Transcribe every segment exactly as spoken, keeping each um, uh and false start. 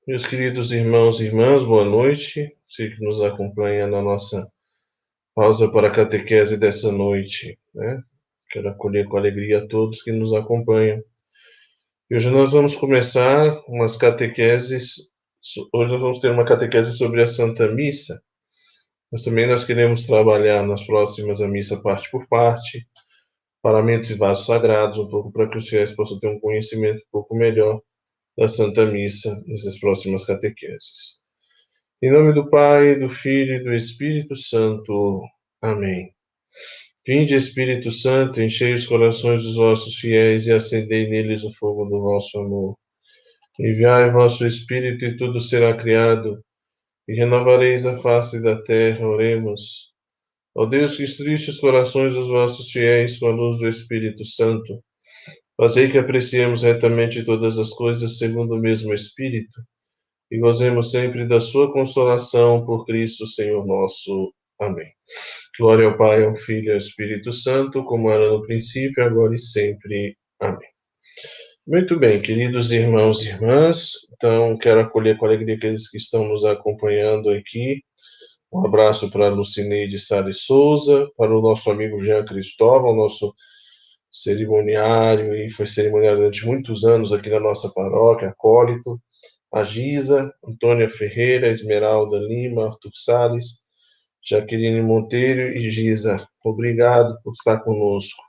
Meus queridos irmãos e irmãs, boa noite. Você que nos acompanha na nossa pausa para a catequese dessa noite, né? Quero acolher com alegria a todos que nos acompanham. E hoje nós vamos começar umas catequeses. Hoje nós vamos ter uma catequese sobre a Santa Missa. Mas também nós queremos trabalhar nas próximas a missa parte por parte, paramentos e vasos sagrados, um pouco para que os fiéis possam ter um conhecimento um pouco melhor da Santa Missa nessas próximas catequeses. Em nome do Pai, do Filho e do Espírito Santo. Amém. Vinde, Espírito Santo, enchei os corações dos vossos fiéis e acendei neles o fogo do vosso amor. Enviai vosso Espírito e tudo será criado, e renovareis a face da terra. Oremos. Ó Deus, que instruíste os corações dos vossos fiéis com a luz do Espírito Santo, fazei que apreciemos retamente todas as coisas segundo o mesmo Espírito, e gozemos sempre da sua consolação por Cristo, Senhor nosso. Amém. Glória ao Pai, ao Filho e ao Espírito Santo, como era no princípio, agora e sempre. Amém. Muito bem, queridos irmãos e irmãs, então quero acolher com alegria aqueles que estão nos acompanhando aqui. Um abraço para a Lucineide Salles Souza, para o nosso amigo Jean Cristóvão, nosso cerimoniário, e foi cerimoniário durante muitos anos aqui na nossa paróquia, acólito. A Giza, Antônia Ferreira, Esmeralda Lima, Arthur Salles, Jaqueline Monteiro e Giza, obrigado por estar conosco.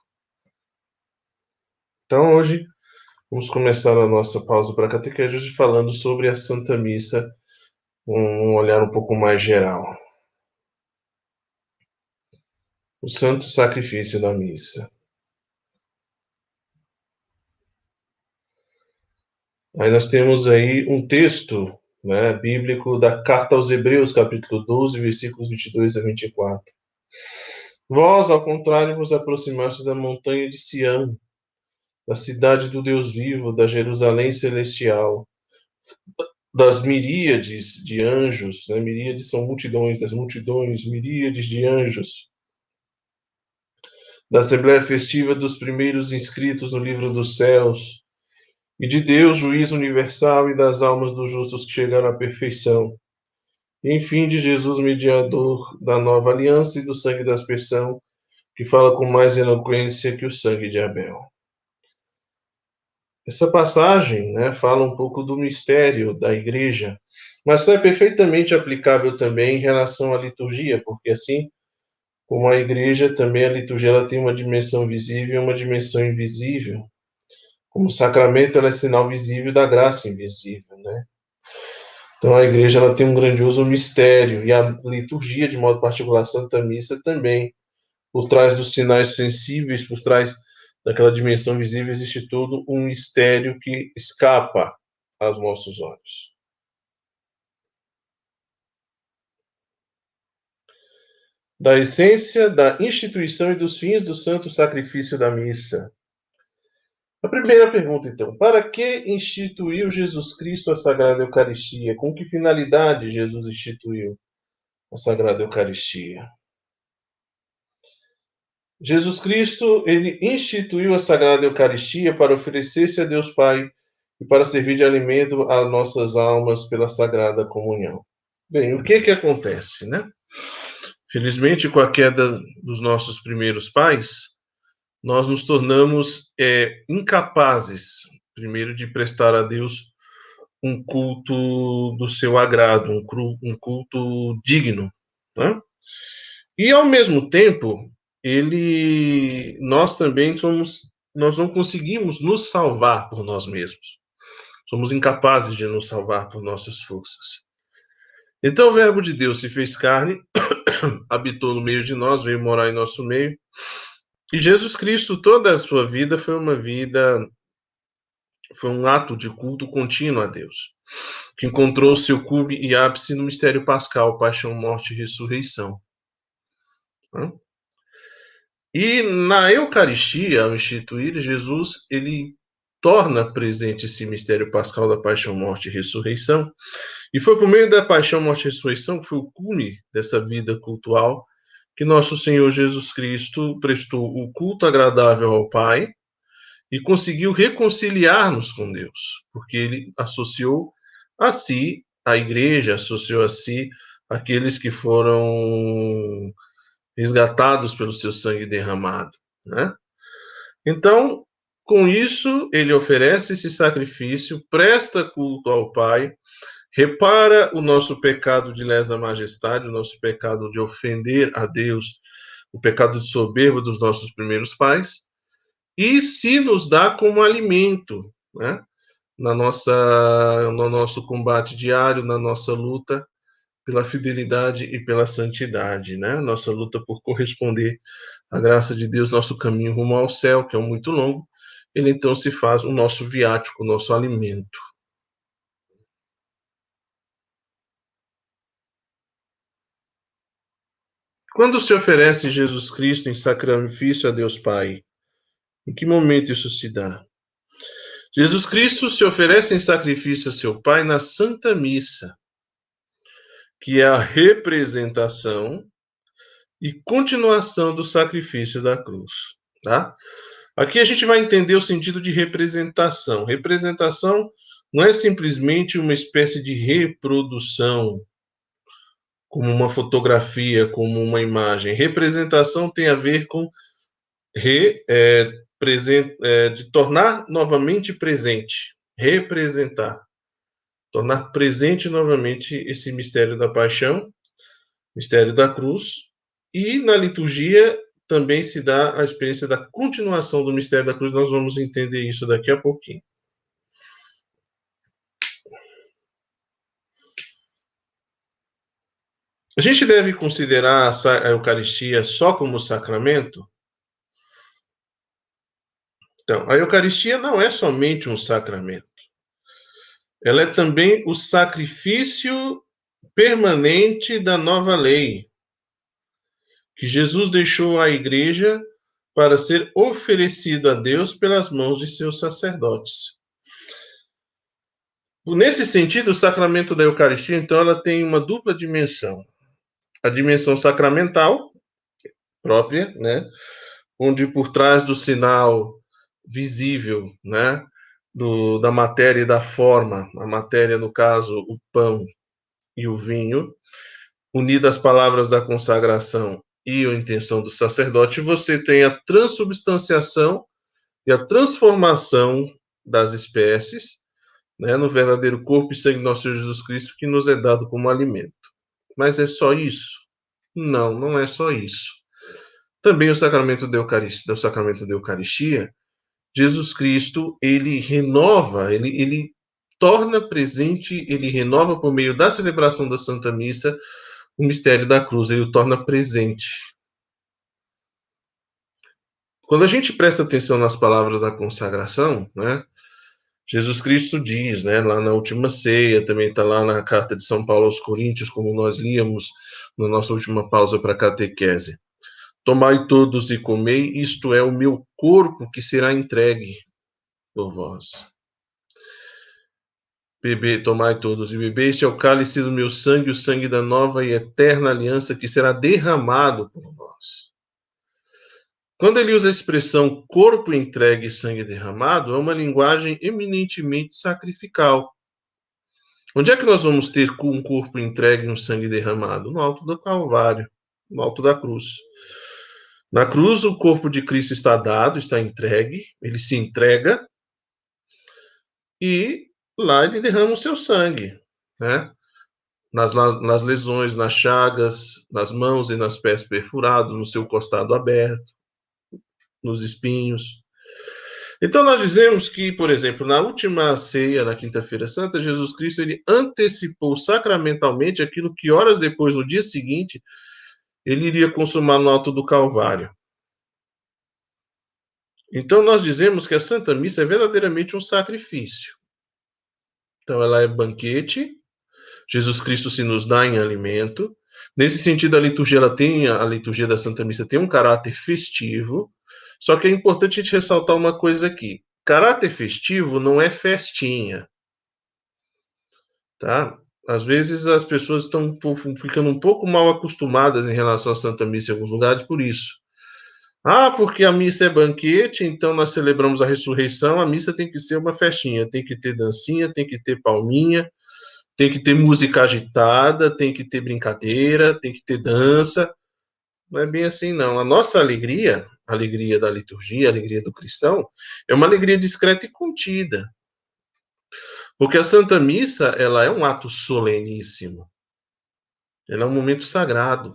Então, hoje, vamos começar a nossa pausa para a catequese falando sobre a Santa Missa, um olhar um pouco mais geral. O Santo Sacrifício da Missa. Aí nós temos aí um texto, né, bíblico da Carta aos Hebreus, capítulo doze, versículos vinte e dois a vinte e quatro. Vós, ao contrário, vos aproximastes da montanha de Sião, da cidade do Deus vivo, da Jerusalém celestial, das miríades de anjos, né? Miríades são multidões, das multidões, miríades de anjos, da Assembleia Festiva dos primeiros inscritos no livro dos céus, e de Deus, juiz universal, e das almas dos justos que chegaram à perfeição, e enfim de Jesus, mediador da nova aliança e do sangue da aspersão, que fala com mais eloquência que o sangue de Abel. Essa passagem, né, fala um pouco do mistério da igreja, mas é perfeitamente aplicável também em relação à liturgia, porque assim como a igreja, também a liturgia ela tem uma dimensão visível e uma dimensão invisível. Como sacramento, ela é sinal visível da graça invisível, né? Então a igreja ela tem um grandioso mistério, e a liturgia, de modo particular, a Santa Missa também. Por trás dos sinais sensíveis, por trás daquela dimensão visível, existe todo um mistério que escapa aos nossos olhos. Da essência, da instituição e dos fins do santo sacrifício da missa. A primeira pergunta, então, para que instituiu Jesus Cristo a Sagrada Eucaristia? Com que finalidade Jesus instituiu a Sagrada Eucaristia? Jesus Cristo, ele instituiu a Sagrada Eucaristia para oferecer-se a Deus Pai e para servir de alimento às nossas almas pela Sagrada Comunhão. Bem, o que que acontece, né? Felizmente, com a queda dos nossos primeiros pais, nós nos tornamos é, incapazes, primeiro, de prestar a Deus um culto do seu agrado, um, um culto digno, né? E, ao mesmo tempo, ele, nós também somos, nós não conseguimos nos salvar por nós mesmos. Somos incapazes de nos salvar por nossas forças. Então, o Verbo de Deus se fez carne, habitou no meio de nós, veio morar em nosso meio. E Jesus Cristo, toda a sua vida foi uma vida, foi um ato de culto contínuo a Deus, que encontrou seu cume e ápice no mistério pascal, paixão, morte e ressurreição. E na Eucaristia, ao instituir, Jesus, ele torna presente esse mistério pascal da paixão, morte e ressurreição. E foi por meio da paixão, morte e ressurreição, que foi o cume dessa vida cultual, que nosso Senhor Jesus Cristo prestou o culto agradável ao Pai e conseguiu reconciliar-nos com Deus, porque ele associou a si, a igreja associou a si aqueles que foram resgatados pelo seu sangue derramado, né? Então, com isso, ele oferece esse sacrifício, presta culto ao Pai, repara o nosso pecado de lesa majestade, o nosso pecado de ofender a Deus, o pecado de soberba dos nossos primeiros pais, e se nos dá como alimento, né? Na nossa, no nosso combate diário, na nossa luta pela fidelidade e pela santidade, né? Nossa luta por corresponder à graça de Deus, nosso caminho rumo ao céu, que é muito longo, ele então se faz o nosso viático, o nosso alimento. Quando se oferece Jesus Cristo em sacrifício a Deus Pai, em que momento isso se dá? Jesus Cristo se oferece em sacrifício a seu Pai na Santa Missa, que é a representação e continuação do sacrifício da cruz, tá? Aqui a gente vai entender o sentido de representação. Representação não é simplesmente uma espécie de reprodução, como uma fotografia, como uma imagem. Representação tem a ver com re, é, present, é, de tornar novamente presente, representar, tornar presente novamente esse mistério da paixão, mistério da cruz, e na liturgia também se dá a experiência da continuação do mistério da cruz. Nós vamos entender isso daqui a pouquinho. A gente deve considerar a Eucaristia só como sacramento? Então, a Eucaristia não é somente um sacramento. Ela é também o sacrifício permanente da nova lei, que Jesus deixou à igreja para ser oferecido a Deus pelas mãos de seus sacerdotes. Nesse sentido, o sacramento da Eucaristia, então, ela tem uma dupla dimensão. A dimensão sacramental própria, né, onde por trás do sinal visível, né, do, da matéria e da forma, a matéria, no caso, o pão e o vinho, unidas às palavras da consagração e a intenção do sacerdote, você tem a transubstanciação e a transformação das espécies, né, no verdadeiro corpo e sangue do nosso Senhor Jesus Cristo, que nos é dado como alimento. Mas é só isso? Não, não é só isso. Também o sacramento da Eucaristia, o sacramento da Eucaristia, Jesus Cristo, ele renova, ele, ele torna presente, ele renova por meio da celebração da Santa Missa o mistério da cruz, ele o torna presente. Quando a gente presta atenção nas palavras da consagração, né, Jesus Cristo diz, né, lá na última ceia, também está lá na carta de São Paulo aos Coríntios, como nós líamos na nossa última pausa para a catequese. Tomai todos e comei, isto é o meu corpo que será entregue por vós. Bebei, tomai todos e bebei, este é o cálice do meu sangue, o sangue da nova e eterna aliança que será derramado por vós. Quando ele usa a expressão corpo entregue e sangue derramado, é uma linguagem eminentemente sacrificial. Onde é que nós vamos ter um corpo entregue e um sangue derramado? No alto do Calvário, no alto da cruz. Na cruz, o corpo de Cristo está dado, está entregue, ele se entrega, e lá ele derrama o seu sangue, né? Nas, nas lesões, nas chagas, nas mãos e nas pés perfurados, no seu costado aberto, nos espinhos. Então nós dizemos que, por exemplo, na última ceia, na Quinta-feira Santa, Jesus Cristo ele antecipou sacramentalmente aquilo que horas depois, no dia seguinte, ele iria consumar no alto do Calvário. Então nós dizemos que a Santa Missa é verdadeiramente um sacrifício. Então ela é banquete, Jesus Cristo se nos dá em alimento. Nesse sentido, a liturgia, ela tem, a liturgia da Santa Missa tem um caráter festivo, só que é importante a gente ressaltar uma coisa aqui. Caráter festivo não é festinha, tá? Às vezes as pessoas estão ficando um pouco mal acostumadas em relação à Santa Missa em alguns lugares por isso. Ah, porque a missa é banquete, então nós celebramos a ressurreição, a missa tem que ser uma festinha, tem que ter dancinha, tem que ter palminha, tem que ter música agitada, tem que ter brincadeira, tem que ter dança. Não é bem assim, não. A nossa alegria, a alegria da liturgia, a alegria do cristão, é uma alegria discreta e contida. Porque a Santa Missa, ela é um ato soleníssimo. Ela é um momento sagrado.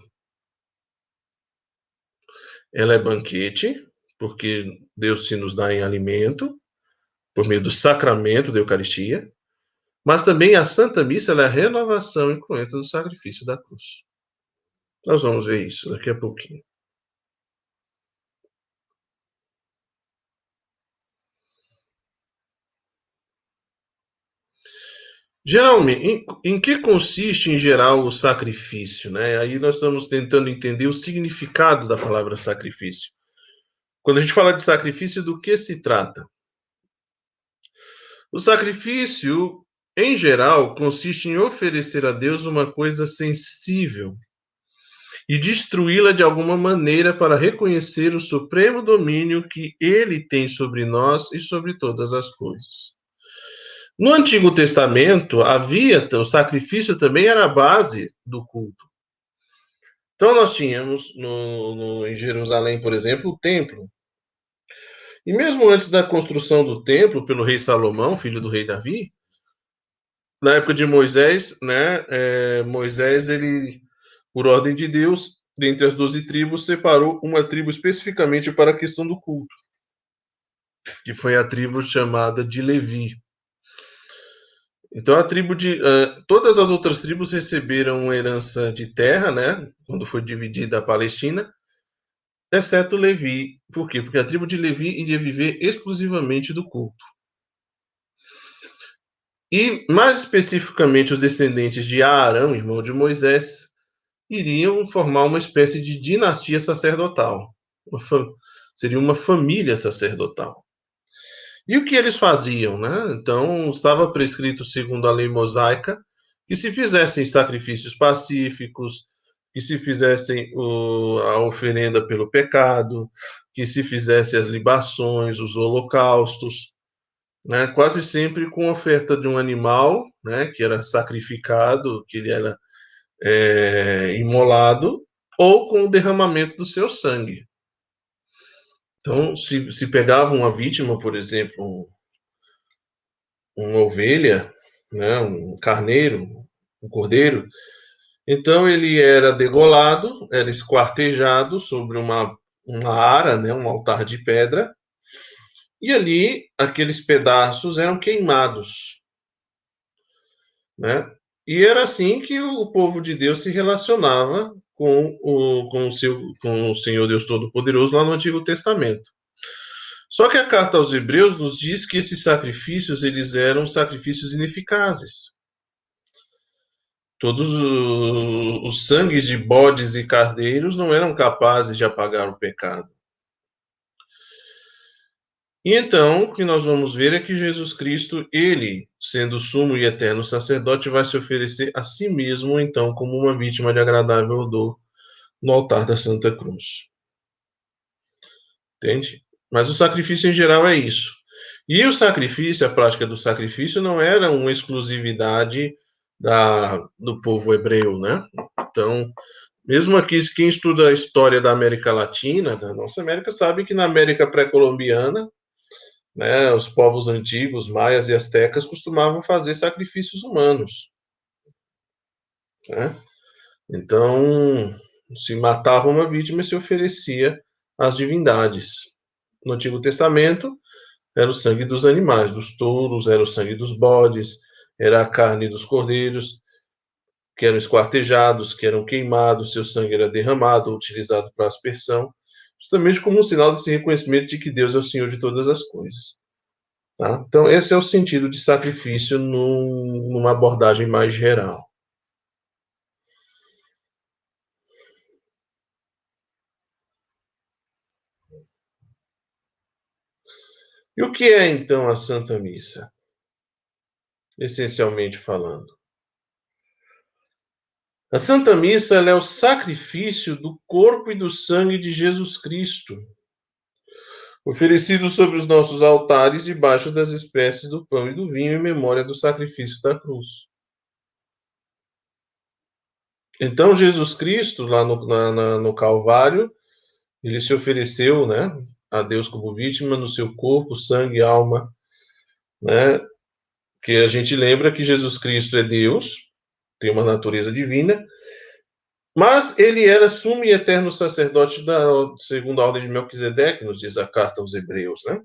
Ela é banquete, porque Deus se nos dá em alimento, por meio do sacramento da Eucaristia. Mas também a Santa Missa, ela é a renovação incruenta do sacrifício da cruz. Nós vamos ver isso daqui a pouquinho. Geralmente, em, em que consiste em geral o sacrifício, né? Aí nós estamos tentando entender o significado da palavra sacrifício. Quando a gente fala de sacrifício, do que se trata? O sacrifício, em geral, consiste em oferecer a Deus uma coisa sensível e destruí-la de alguma maneira para reconhecer o supremo domínio que ele tem sobre nós e sobre todas as coisas. No Antigo Testamento, havia, o sacrifício também era a base do culto. Então, nós tínhamos no, no, em Jerusalém, por exemplo, o templo. E mesmo antes da construção do templo pelo rei Salomão, filho do rei Davi, na época de Moisés, né, é, Moisés, ele, por ordem de Deus, dentre as doze tribos, separou uma tribo especificamente para a questão do culto, que foi a tribo chamada de Levi. Então, a tribo de. Uh, todas as outras tribos receberam uma herança de terra, né? Quando foi dividida a Palestina, exceto Levi. Por quê? Porque a tribo de Levi iria viver exclusivamente do culto. E, mais especificamente, os descendentes de Arão, irmão de Moisés, iriam formar uma espécie de dinastia sacerdotal. Uma seria uma família sacerdotal. E o que eles faziam, né? Então, estava prescrito, segundo a lei mosaica, que se fizessem sacrifícios pacíficos, que se fizessem o, a oferenda pelo pecado, que se fizessem as libações, os holocaustos, né? Quase sempre com oferta de um animal, né? Que era sacrificado, que ele era é, imolado, ou com o derramamento do seu sangue. Então, se, se pegava uma vítima, por exemplo, uma ovelha, né, um carneiro, um cordeiro. Então ele era degolado, era esquartejado sobre uma, uma ara, né, um altar de pedra, e ali aqueles pedaços eram queimados, né? E era assim que o povo de Deus se relacionava com o, com o, seu, com o Senhor Deus Todo-Poderoso lá no Antigo Testamento. Só que a carta aos Hebreus nos diz que esses sacrifícios eles eram sacrifícios ineficazes. Todos os sangues de bodes e cardeiros não eram capazes de apagar o pecado. E então, o que nós vamos ver é que Jesus Cristo, ele, sendo sumo e eterno sacerdote, vai se oferecer a si mesmo, então, como uma vítima de agradável odor no altar da Santa Cruz. Entende? Mas o sacrifício em geral é isso. E o sacrifício, a prática do sacrifício, não era uma exclusividade da, do povo hebreu, né? Então, mesmo aqui, quem estuda a história da América Latina, da nossa América, sabe que na América pré-colombiana, né, os povos antigos, maias e astecas, costumavam fazer sacrifícios humanos. Né? Então, se matava uma vítima e se oferecia às divindades. No Antigo Testamento, era o sangue dos animais, dos touros, era o sangue dos bodes, era a carne dos cordeiros, que eram esquartejados, que eram queimados, seu sangue era derramado, utilizado para aspersão, justamente como um sinal desse reconhecimento de que Deus é o Senhor de todas as coisas. Tá? Então, esse é o sentido de sacrifício num, numa abordagem mais geral. E o que é, então, a Santa Missa? Essencialmente falando. A Santa Missa ela é o sacrifício do corpo e do sangue de Jesus Cristo, oferecido sobre os nossos altares debaixo das espécies do pão e do vinho em memória do sacrifício da cruz. Então, Jesus Cristo, lá no, na, na, no Calvário, ele se ofereceu, né, a Deus como vítima no seu corpo, sangue, alma, né? Que a gente lembra que Jesus Cristo é Deus, tem uma natureza divina, mas ele era sumo e eterno sacerdote da segunda ordem de Melquisedeque, nos diz a carta aos Hebreus, né?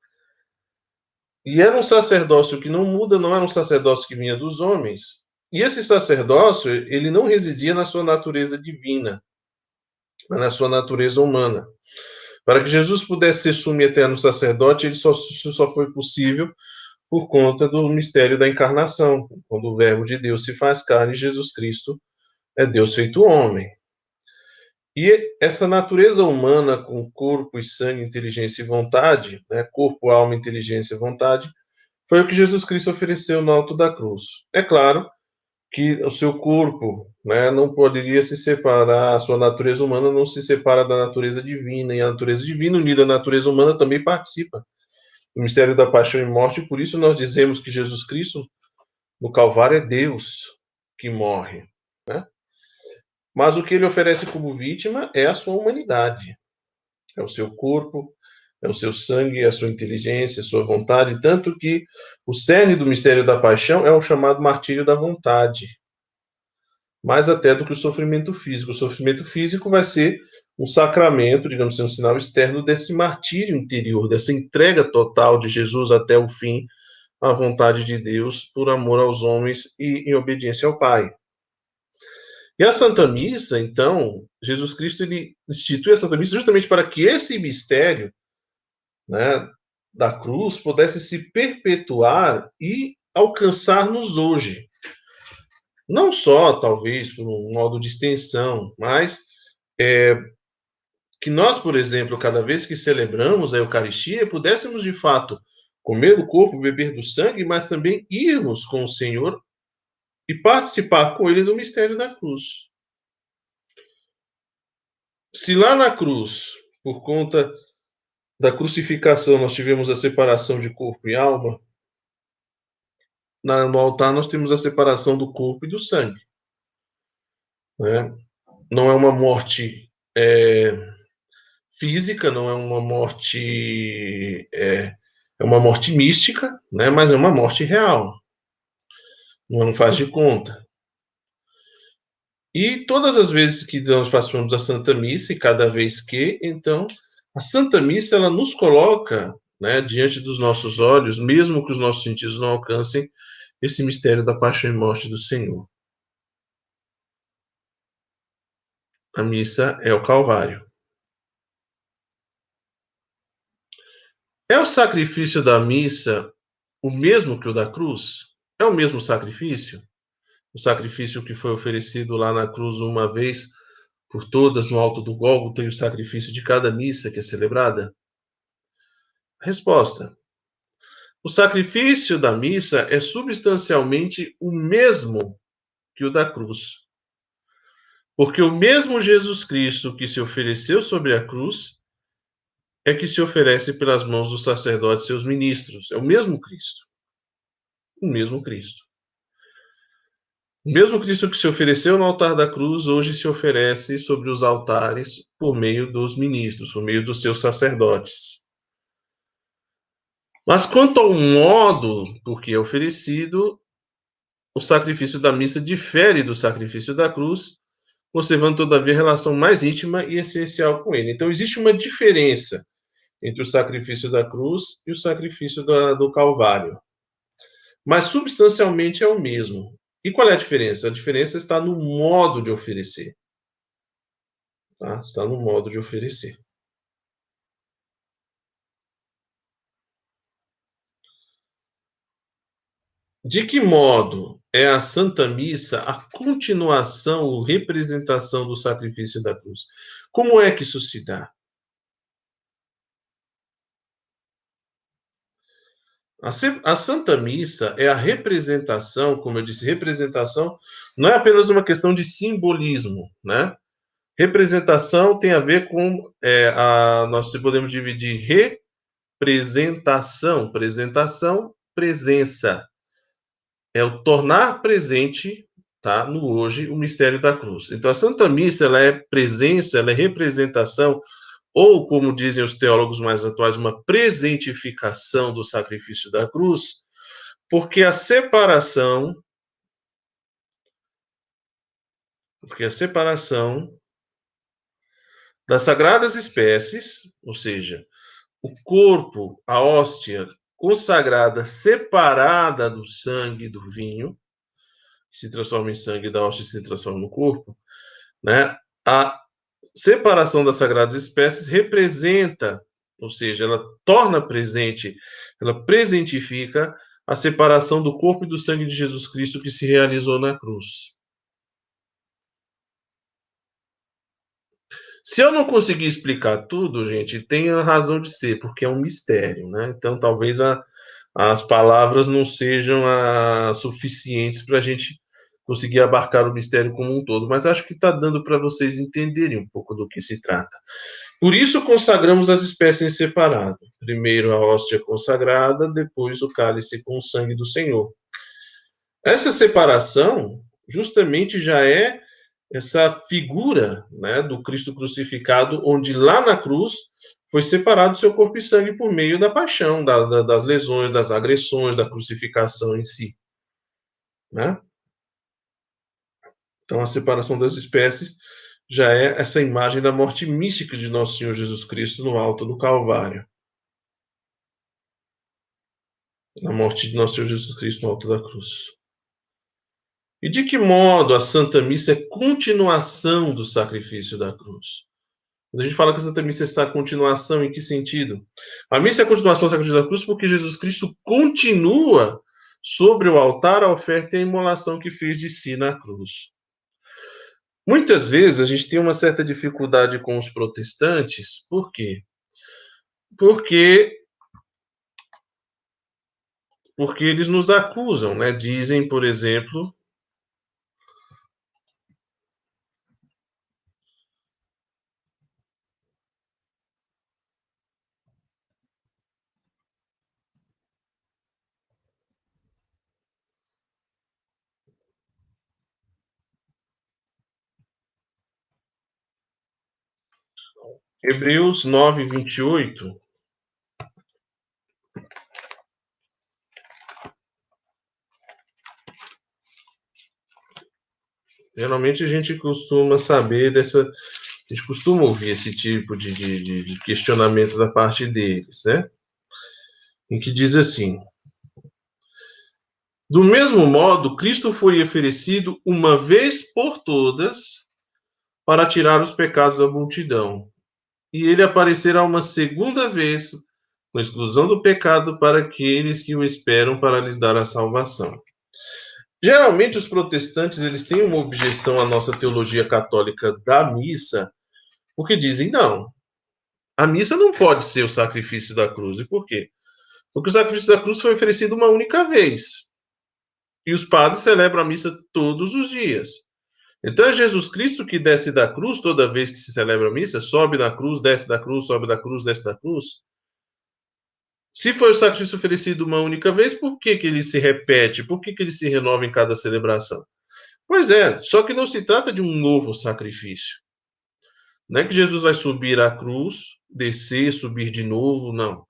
E era um sacerdócio que não muda, não era um sacerdócio que vinha dos homens. E esse sacerdócio, ele não residia na sua natureza divina, mas na sua natureza humana. Para que Jesus pudesse ser sumo e eterno sacerdote, ele só, só foi possível por conta do mistério da encarnação, quando o Verbo de Deus se faz carne, Jesus Cristo é Deus feito homem. E essa natureza humana com corpo e sangue, inteligência e vontade, né, corpo, alma, inteligência e vontade, foi o que Jesus Cristo ofereceu no alto da cruz. É claro que o seu corpo, né, não poderia se separar, a sua natureza humana não se separa da natureza divina, e a natureza divina unida à natureza humana também participa do mistério da paixão e morte, e por isso nós dizemos que Jesus Cristo, no Calvário, é Deus que morre, né? Mas o que ele oferece como vítima é a sua humanidade, é o seu corpo, é o seu sangue, é a sua inteligência, a sua vontade, tanto que o cerne do mistério da paixão é o chamado martírio da vontade, mais até do que o sofrimento físico. O sofrimento físico vai ser um sacramento, digamos assim, um sinal externo desse martírio interior, dessa entrega total de Jesus até o fim, à vontade de Deus, por amor aos homens e em obediência ao Pai. E a Santa Missa, então, Jesus Cristo ele institui a Santa Missa justamente para que esse mistério, né, da cruz pudesse se perpetuar e alcançar-nos hoje. Não só, talvez, por um modo de extensão, mas é, que nós, por exemplo, cada vez que celebramos a Eucaristia, pudéssemos, de fato, comer do corpo, beber do sangue, mas também irmos com o Senhor e participar com Ele do mistério da cruz. Se lá na cruz, por conta da crucificação, nós tivemos a separação de corpo e alma, no altar nós temos a separação do corpo e do sangue. Né? Não é uma morte é, física, não é uma morte é, é uma morte mística, né? Mas é uma morte real. Não faz de conta. E todas as vezes que nós participamos da Santa Missa, e cada vez que, então, a Santa Missa ela nos coloca, né, diante dos nossos olhos, mesmo que os nossos sentidos não alcancem, esse mistério da paixão e morte do Senhor. A missa é o Calvário. É o sacrifício da missa o mesmo que o da cruz? É o mesmo sacrifício? O sacrifício que foi oferecido lá na cruz uma vez por todas no alto do Gólgota e o sacrifício de cada missa que é celebrada? Resposta: o sacrifício da missa é substancialmente o mesmo que o da cruz. Porque o mesmo Jesus Cristo que se ofereceu sobre a cruz é que se oferece pelas mãos dos sacerdotes e seus ministros. É o mesmo Cristo. O mesmo Cristo. O mesmo Cristo que se ofereceu no altar da cruz, hoje se oferece sobre os altares por meio dos ministros, por meio dos seus sacerdotes. Mas quanto ao modo por que é oferecido, o sacrifício da missa difere do sacrifício da cruz, conservando todavia relação mais íntima e essencial com ele. Então existe uma diferença entre o sacrifício da cruz e o sacrifício da, do Calvário. Mas substancialmente é o mesmo. E qual é a diferença? A diferença está no modo de oferecer. Tá? Está no modo de oferecer. De que modo é a Santa Missa a continuação ou representação do sacrifício da cruz? Como é que isso se dá? A Santa Missa é a representação, como eu disse, representação não é apenas uma questão de simbolismo, né? Representação tem a ver com, é, a, nós podemos dividir representação, apresentação, presença. É o tornar presente, tá? No hoje, o mistério da cruz. Então, a Santa Missa, ela é presença, ela é representação, ou, como dizem os teólogos mais atuais, uma presentificação do sacrifício da cruz, porque a separação, porque a separação das sagradas espécies, ou seja, o corpo, a hóstia consagrada, separada do sangue e do vinho, que se transforma em sangue, da hóstia se transforma no corpo, né? A separação das sagradas espécies representa, ou seja, ela torna presente, ela presentifica a separação do corpo e do sangue de Jesus Cristo que se realizou na cruz. Se eu não conseguir explicar tudo, gente, tem a razão de ser, porque é um mistério, né? Então, talvez a, as palavras não sejam a, suficientes para a gente conseguir abarcar o mistério como um todo, mas acho que está dando para vocês entenderem um pouco do que se trata. Por isso, consagramos as espécies em separado. Primeiro a hóstia consagrada, depois o cálice com o sangue do Senhor. Essa separação, justamente, já é essa figura, né, do Cristo crucificado, onde lá na cruz foi separado seu corpo e sangue por meio da paixão, da, da, das lesões, das agressões, da crucificação em si, né? Então, a separação das espécies já é essa imagem da morte mística de nosso Senhor Jesus Cristo no alto do Calvário. Na morte de nosso Senhor Jesus Cristo no alto da cruz. E de que modo a Santa Missa é continuação do sacrifício da cruz? Quando a gente fala que a Santa Missa é essa continuação, em que sentido? A missa é a continuação do sacrifício da cruz porque Jesus Cristo continua sobre o altar a oferta e a imolação que fez de si na cruz. Muitas vezes a gente tem uma certa dificuldade com os protestantes, por quê? Porque, porque eles nos acusam, né? Dizem, por exemplo, Hebreus nove, vinte e oito. Geralmente a gente costuma saber dessa. A gente costuma ouvir esse tipo de, de, de questionamento da parte deles, né? Em que diz assim: do mesmo modo, Cristo foi oferecido uma vez por todas para tirar os pecados da multidão. E ele aparecerá uma segunda vez, com exclusão do pecado, para aqueles que o esperam para lhes dar a salvação. Geralmente os protestantes eles têm uma objeção à nossa teologia católica da missa, porque dizem, não, a missa não pode ser o sacrifício da cruz. E por quê? Porque o sacrifício da cruz foi oferecido uma única vez. E os padres celebram a missa todos os dias. Então é Jesus Cristo que desce da cruz toda vez que se celebra a missa, sobe da cruz, desce da cruz, sobe da cruz, desce da cruz. Se foi o sacrifício oferecido uma única vez, por que, que ele se repete? Por que, que ele se renova em cada celebração? Pois é, só que não se trata de um novo sacrifício. Não é que Jesus vai subir à cruz, descer, subir de novo, não.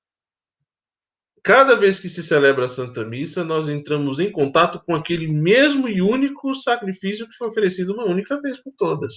Cada vez que se celebra a Santa Missa, nós entramos em contato com aquele mesmo e único sacrifício que foi oferecido uma única vez por todas.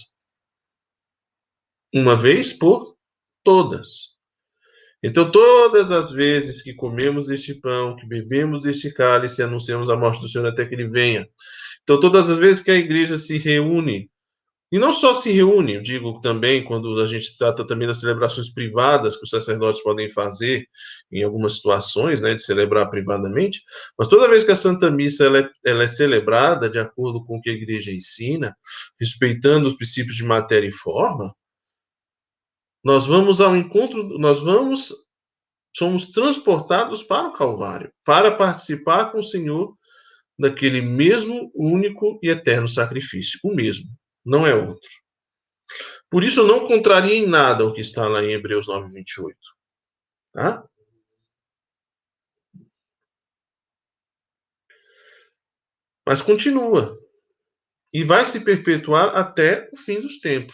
Uma vez por todas. Então, todas as vezes que comemos deste pão, que bebemos deste cálice, anunciamos a morte do Senhor até que ele venha. Então, todas as vezes que a igreja se reúne, e não só se reúne, eu digo também, quando a gente trata também das celebrações privadas que os sacerdotes podem fazer em algumas situações, né, de celebrar privadamente, mas toda vez que a Santa Missa ela é, ela é celebrada de acordo com o que a igreja ensina, respeitando os princípios de matéria e forma, nós vamos ao encontro, nós vamos, somos transportados para o Calvário, para participar com o Senhor daquele mesmo, único e eterno sacrifício, o mesmo, não é outro. Por isso, não contraria em nada o que está lá em Hebreus nove, vinte e oito. Tá? Mas continua. e vai se perpetuar até o fim dos tempos.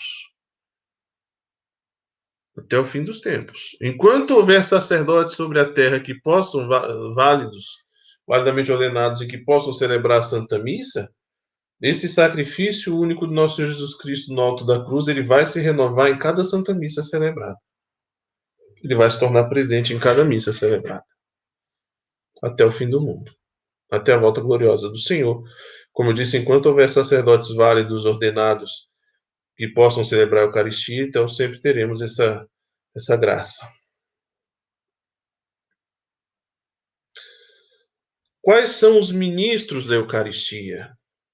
Até o fim dos tempos. Enquanto houver sacerdotes sobre a terra que possam, válidos, validamente ordenados e que possam celebrar a Santa Missa, esse sacrifício único do nosso Senhor Jesus Cristo no alto da cruz, ele vai se renovar em cada Santa Missa celebrada. Ele vai se tornar presente em cada missa celebrada. Até o fim do mundo. Até a volta gloriosa do Senhor. Como eu disse, enquanto houver sacerdotes válidos, ordenados, que possam celebrar a Eucaristia, então sempre teremos essa, essa graça. Quais são os ministros da Eucaristia?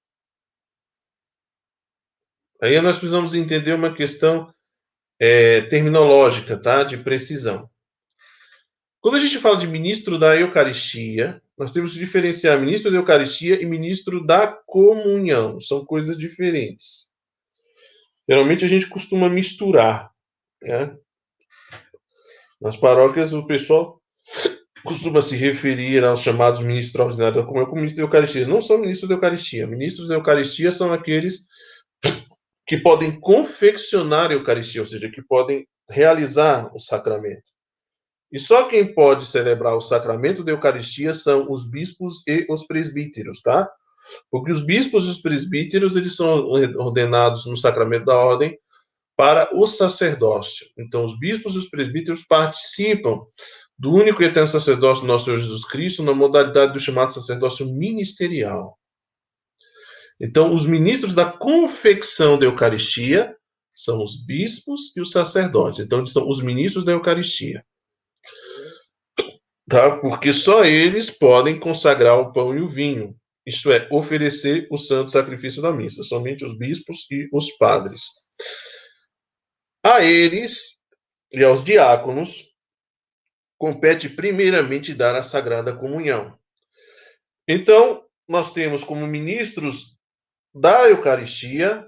Aí nós precisamos entender uma questão é, terminológica, tá? De precisão. Quando a gente fala de ministro da Eucaristia, nós temos que diferenciar ministro da Eucaristia e ministro da comunhão. São coisas diferentes. Geralmente a gente costuma misturar, né? Nas paróquias o pessoal costuma se referir aos chamados ministros ordinários da comunhão como ministros da Eucaristia. Não são ministros da Eucaristia. Ministros da Eucaristia são aqueles que podem confeccionar a Eucaristia, ou seja, que podem realizar o sacramento. E só quem pode celebrar o sacramento da Eucaristia são os bispos e os presbíteros, tá? Porque os bispos e os presbíteros, eles são ordenados no sacramento da ordem para o sacerdócio. Então, os bispos e os presbíteros participam do único e eterno sacerdócio do nosso Senhor Jesus Cristo na modalidade do chamado sacerdócio ministerial. Então, os ministros da confecção da Eucaristia são os bispos e os sacerdotes. Então, eles são os ministros da Eucaristia. Tá? Porque só eles podem consagrar o pão e o vinho. Isto é, oferecer o santo sacrifício da missa. Somente os bispos e os padres. A eles e aos diáconos compete primeiramente dar a Sagrada Comunhão. Então, nós temos como ministros da Eucaristia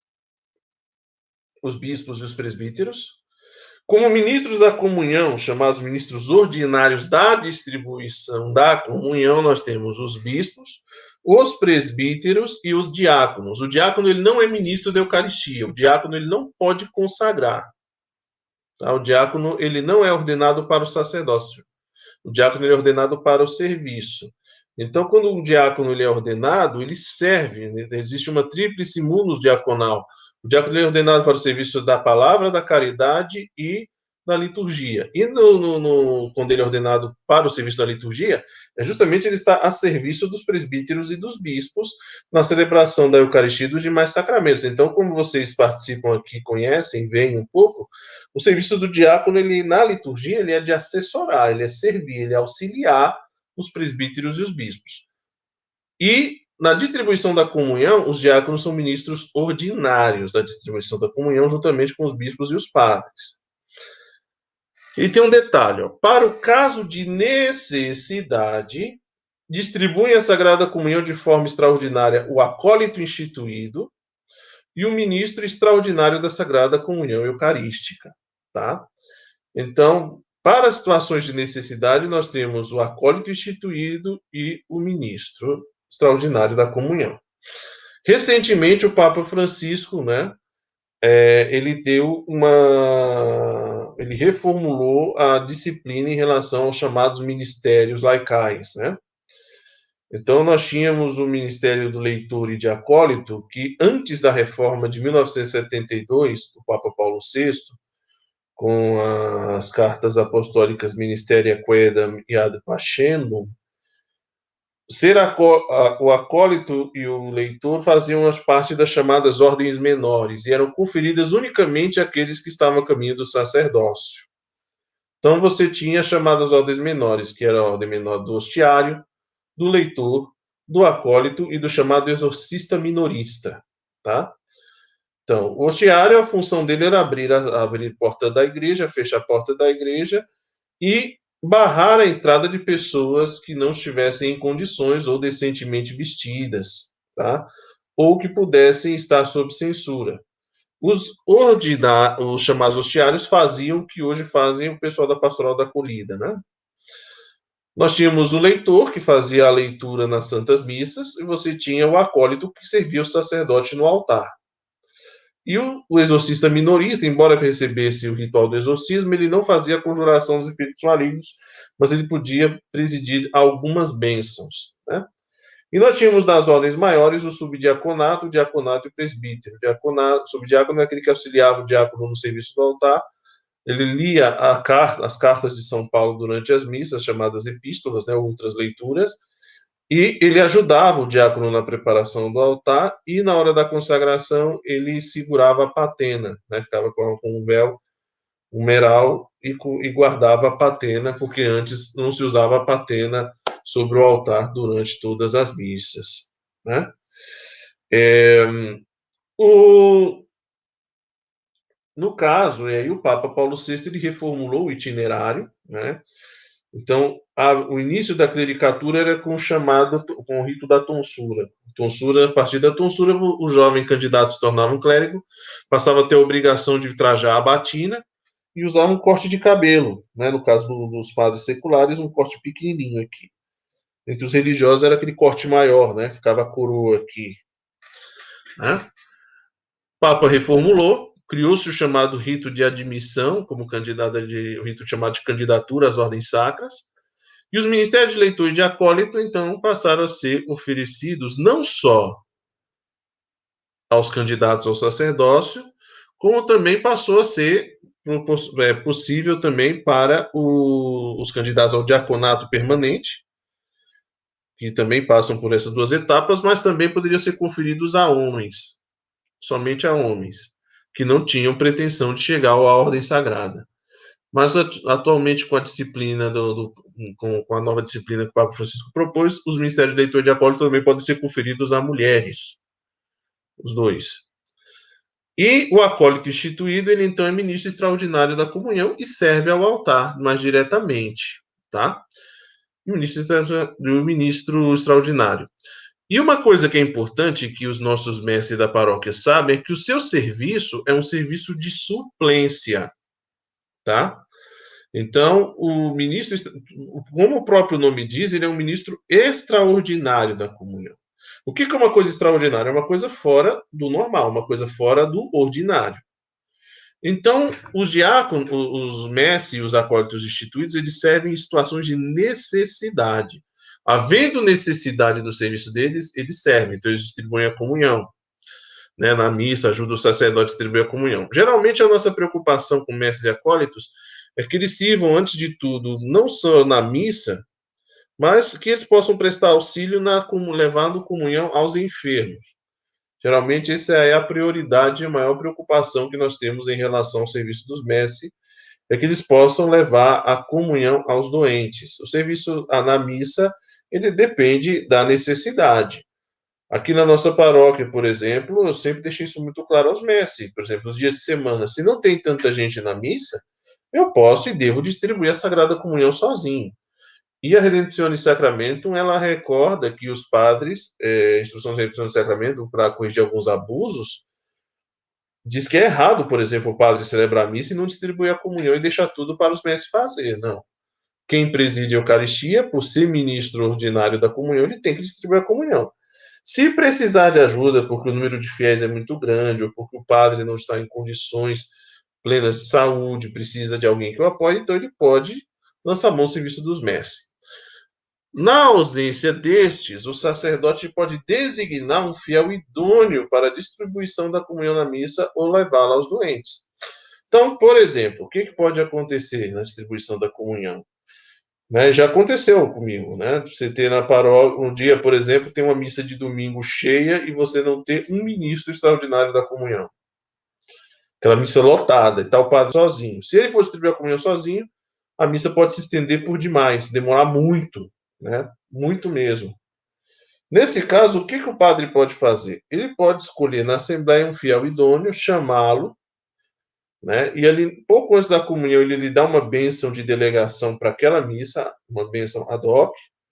os bispos e os presbíteros. Como ministros da comunhão, chamados ministros ordinários da distribuição da comunhão, nós temos os bispos, os presbíteros e os diáconos. O diácono ele não é ministro da Eucaristia, o diácono ele não pode consagrar. Tá? O diácono ele não é ordenado para o sacerdócio. O diácono ele é ordenado para o serviço. Então, quando o diácono ele é ordenado, ele serve. Né? Existe uma tríplice munus diaconal. O diácono é ordenado para o serviço da palavra, da caridade e da liturgia. E no, no, no, quando ele é ordenado para o serviço da liturgia, é justamente ele está a serviço dos presbíteros e dos bispos na celebração da Eucaristia e dos demais sacramentos. Então, como vocês participam aqui, conhecem, veem um pouco, o serviço do diácono, ele, na liturgia, ele é de assessorar, ele é servir, ele é auxiliar os presbíteros e os bispos. E na distribuição da comunhão, os diáconos são ministros ordinários da distribuição da comunhão, juntamente com os bispos e os padres. E tem um detalhe, ó, para o caso de necessidade, distribuem a Sagrada Comunhão de forma extraordinária o acólito instituído e o ministro extraordinário da Sagrada Comunhão Eucarística, tá? Então, para situações de necessidade, nós temos o acólito instituído e o ministro extraordinário da comunhão. Recentemente, o Papa Francisco, né, é, ele deu uma... ele reformulou a disciplina em relação aos chamados ministérios laicais, né? Então, nós tínhamos o ministério do leitor e de acólito, que antes da reforma de mil novecentos e setenta e dois, do Papa Paulo sexto, com as cartas apostólicas Ministeria Quaedam e Ad Pacem, ser o acólito e o leitor faziam as parte das chamadas ordens menores e eram conferidas unicamente àqueles que estavam a caminho do sacerdócio. Então você tinha as chamadas ordens menores, que era a ordem menor do hostiário, do leitor, do acólito e do chamado exorcista minorista, tá? Então, o hostiário, a função dele era abrir a, abrir a porta da igreja, fechar a porta da igreja e barrar a entrada de pessoas que não estivessem em condições ou decentemente vestidas, tá? Ou que pudessem estar sob censura. Os, ordina, os chamados hostiários faziam o que hoje fazem o pessoal da Pastoral da Acolhida, né? Nós tínhamos o leitor, que fazia a leitura nas santas missas, e você tinha o acólito, que servia o sacerdote no altar. E o, o exorcista minorista, embora recebesse o ritual do exorcismo, ele não fazia a conjuração dos espíritos malignos, mas ele podia presidir algumas bênçãos, né? E nós tínhamos nas ordens maiores o subdiaconato, o diaconato e o presbítero. O diaconato, o subdiácono é aquele que auxiliava o diácono no serviço do altar. Ele lia carta, as cartas de São Paulo durante as missas, chamadas epístolas, né, outras leituras, e ele ajudava o diácono na preparação do altar, e na hora da consagração ele segurava a patena, né, ficava com, com um véu, um meral, e, e guardava a patena, porque antes não se usava a patena sobre o altar durante todas as missas, né? É, o, no caso, e aí o Papa Paulo sexto ele reformulou o itinerário, né? Então, a, o início da clericatura era com o chamado, com o rito da tonsura. Tonsura, a partir da tonsura, o, o jovem candidato se tornava um clérigo, passava a ter a obrigação de trajar a batina e usar um corte de cabelo, né? No caso do, dos padres seculares, um corte pequenininho aqui. Entre os religiosos era aquele corte maior, né? Ficava a coroa aqui, né? O Papa reformulou, criou-se o chamado rito de admissão, como candidata de, o rito chamado de candidatura às ordens sacras, e os ministérios de leitor e de acólito, então, passaram a ser oferecidos não só aos candidatos ao sacerdócio, como também passou a ser é, possível também para o, os candidatos ao diaconato permanente, que também passam por essas duas etapas, mas também poderiam ser conferidos a homens, somente a homens, que não tinham pretensão de chegar à ordem sagrada. Mas atualmente, com a disciplina do, do com, com, a nova disciplina que o Papa Francisco propôs, os ministérios de leitor e de acólito também podem ser conferidos a mulheres, os dois. E o acólito instituído, ele então é ministro extraordinário da comunhão e serve ao altar mais diretamente, tá? O ministro, o ministro extraordinário. E uma coisa que é importante que os nossos mestres da paróquia sabem é que o seu serviço é um serviço de suplência, tá? Então, o ministro, como o próprio nome diz, ele é um ministro extraordinário da comunhão. O que é uma coisa extraordinária? É uma coisa fora do normal, uma coisa fora do ordinário. Então, os diáconos, os mestres e os acólitos instituídos, eles servem em situações de necessidade. Havendo necessidade do serviço deles, eles servem. Então, eles distribuem a comunhão. Né, na missa, ajuda o sacerdote a distribuir a comunhão. Geralmente, a nossa preocupação com mestres e acólitos é que eles sirvam, antes de tudo, não só na missa, mas que eles possam prestar auxílio na levando comunhão aos enfermos. Geralmente, essa é a prioridade e a maior preocupação que nós temos em relação ao serviço dos mestres, é que eles possam levar a comunhão aos doentes. O serviço na missa, ele depende da necessidade. Aqui na nossa paróquia, por exemplo, eu sempre deixei isso muito claro aos mestres. Por exemplo, nos dias de semana, se não tem tanta gente na missa, eu posso e devo distribuir a Sagrada Comunhão sozinho. E a Redempção de Sacramento, ela recorda que os padres, é, instrução de Redempção de Sacramento, para corrigir alguns abusos, diz que é errado, por exemplo, o padre celebrar a missa e não distribuir a comunhão e deixar tudo para os mestres fazer. Não. Quem preside a Eucaristia, por ser ministro ordinário da comunhão, ele tem que distribuir a comunhão. Se precisar de ajuda, porque o número de fiéis é muito grande, ou porque o padre não está em condições plenas de saúde, precisa de alguém que o apoie, então ele pode lançar mão ao serviço dos mestres. Na ausência destes, o sacerdote pode designar um fiel idôneo para a distribuição da comunhão na missa ou levá-la aos doentes. Então, por exemplo, o que pode acontecer na distribuição da comunhão? Né, já aconteceu comigo, né? Você ter na paróquia, um dia, por exemplo, tem uma missa de domingo cheia e você não ter um ministro extraordinário da comunhão. Aquela missa lotada, e tá o padre sozinho. Se ele for distribuir a comunhão sozinho, a missa pode se estender por demais, demorar muito, né? Muito mesmo. Nesse caso, o que, que o padre pode fazer? Ele pode escolher na assembleia um fiel idôneo, chamá-lo, né? E ele, pouco antes da comunhão, ele lhe dá uma bênção de delegação para aquela missa, uma bênção ad hoc,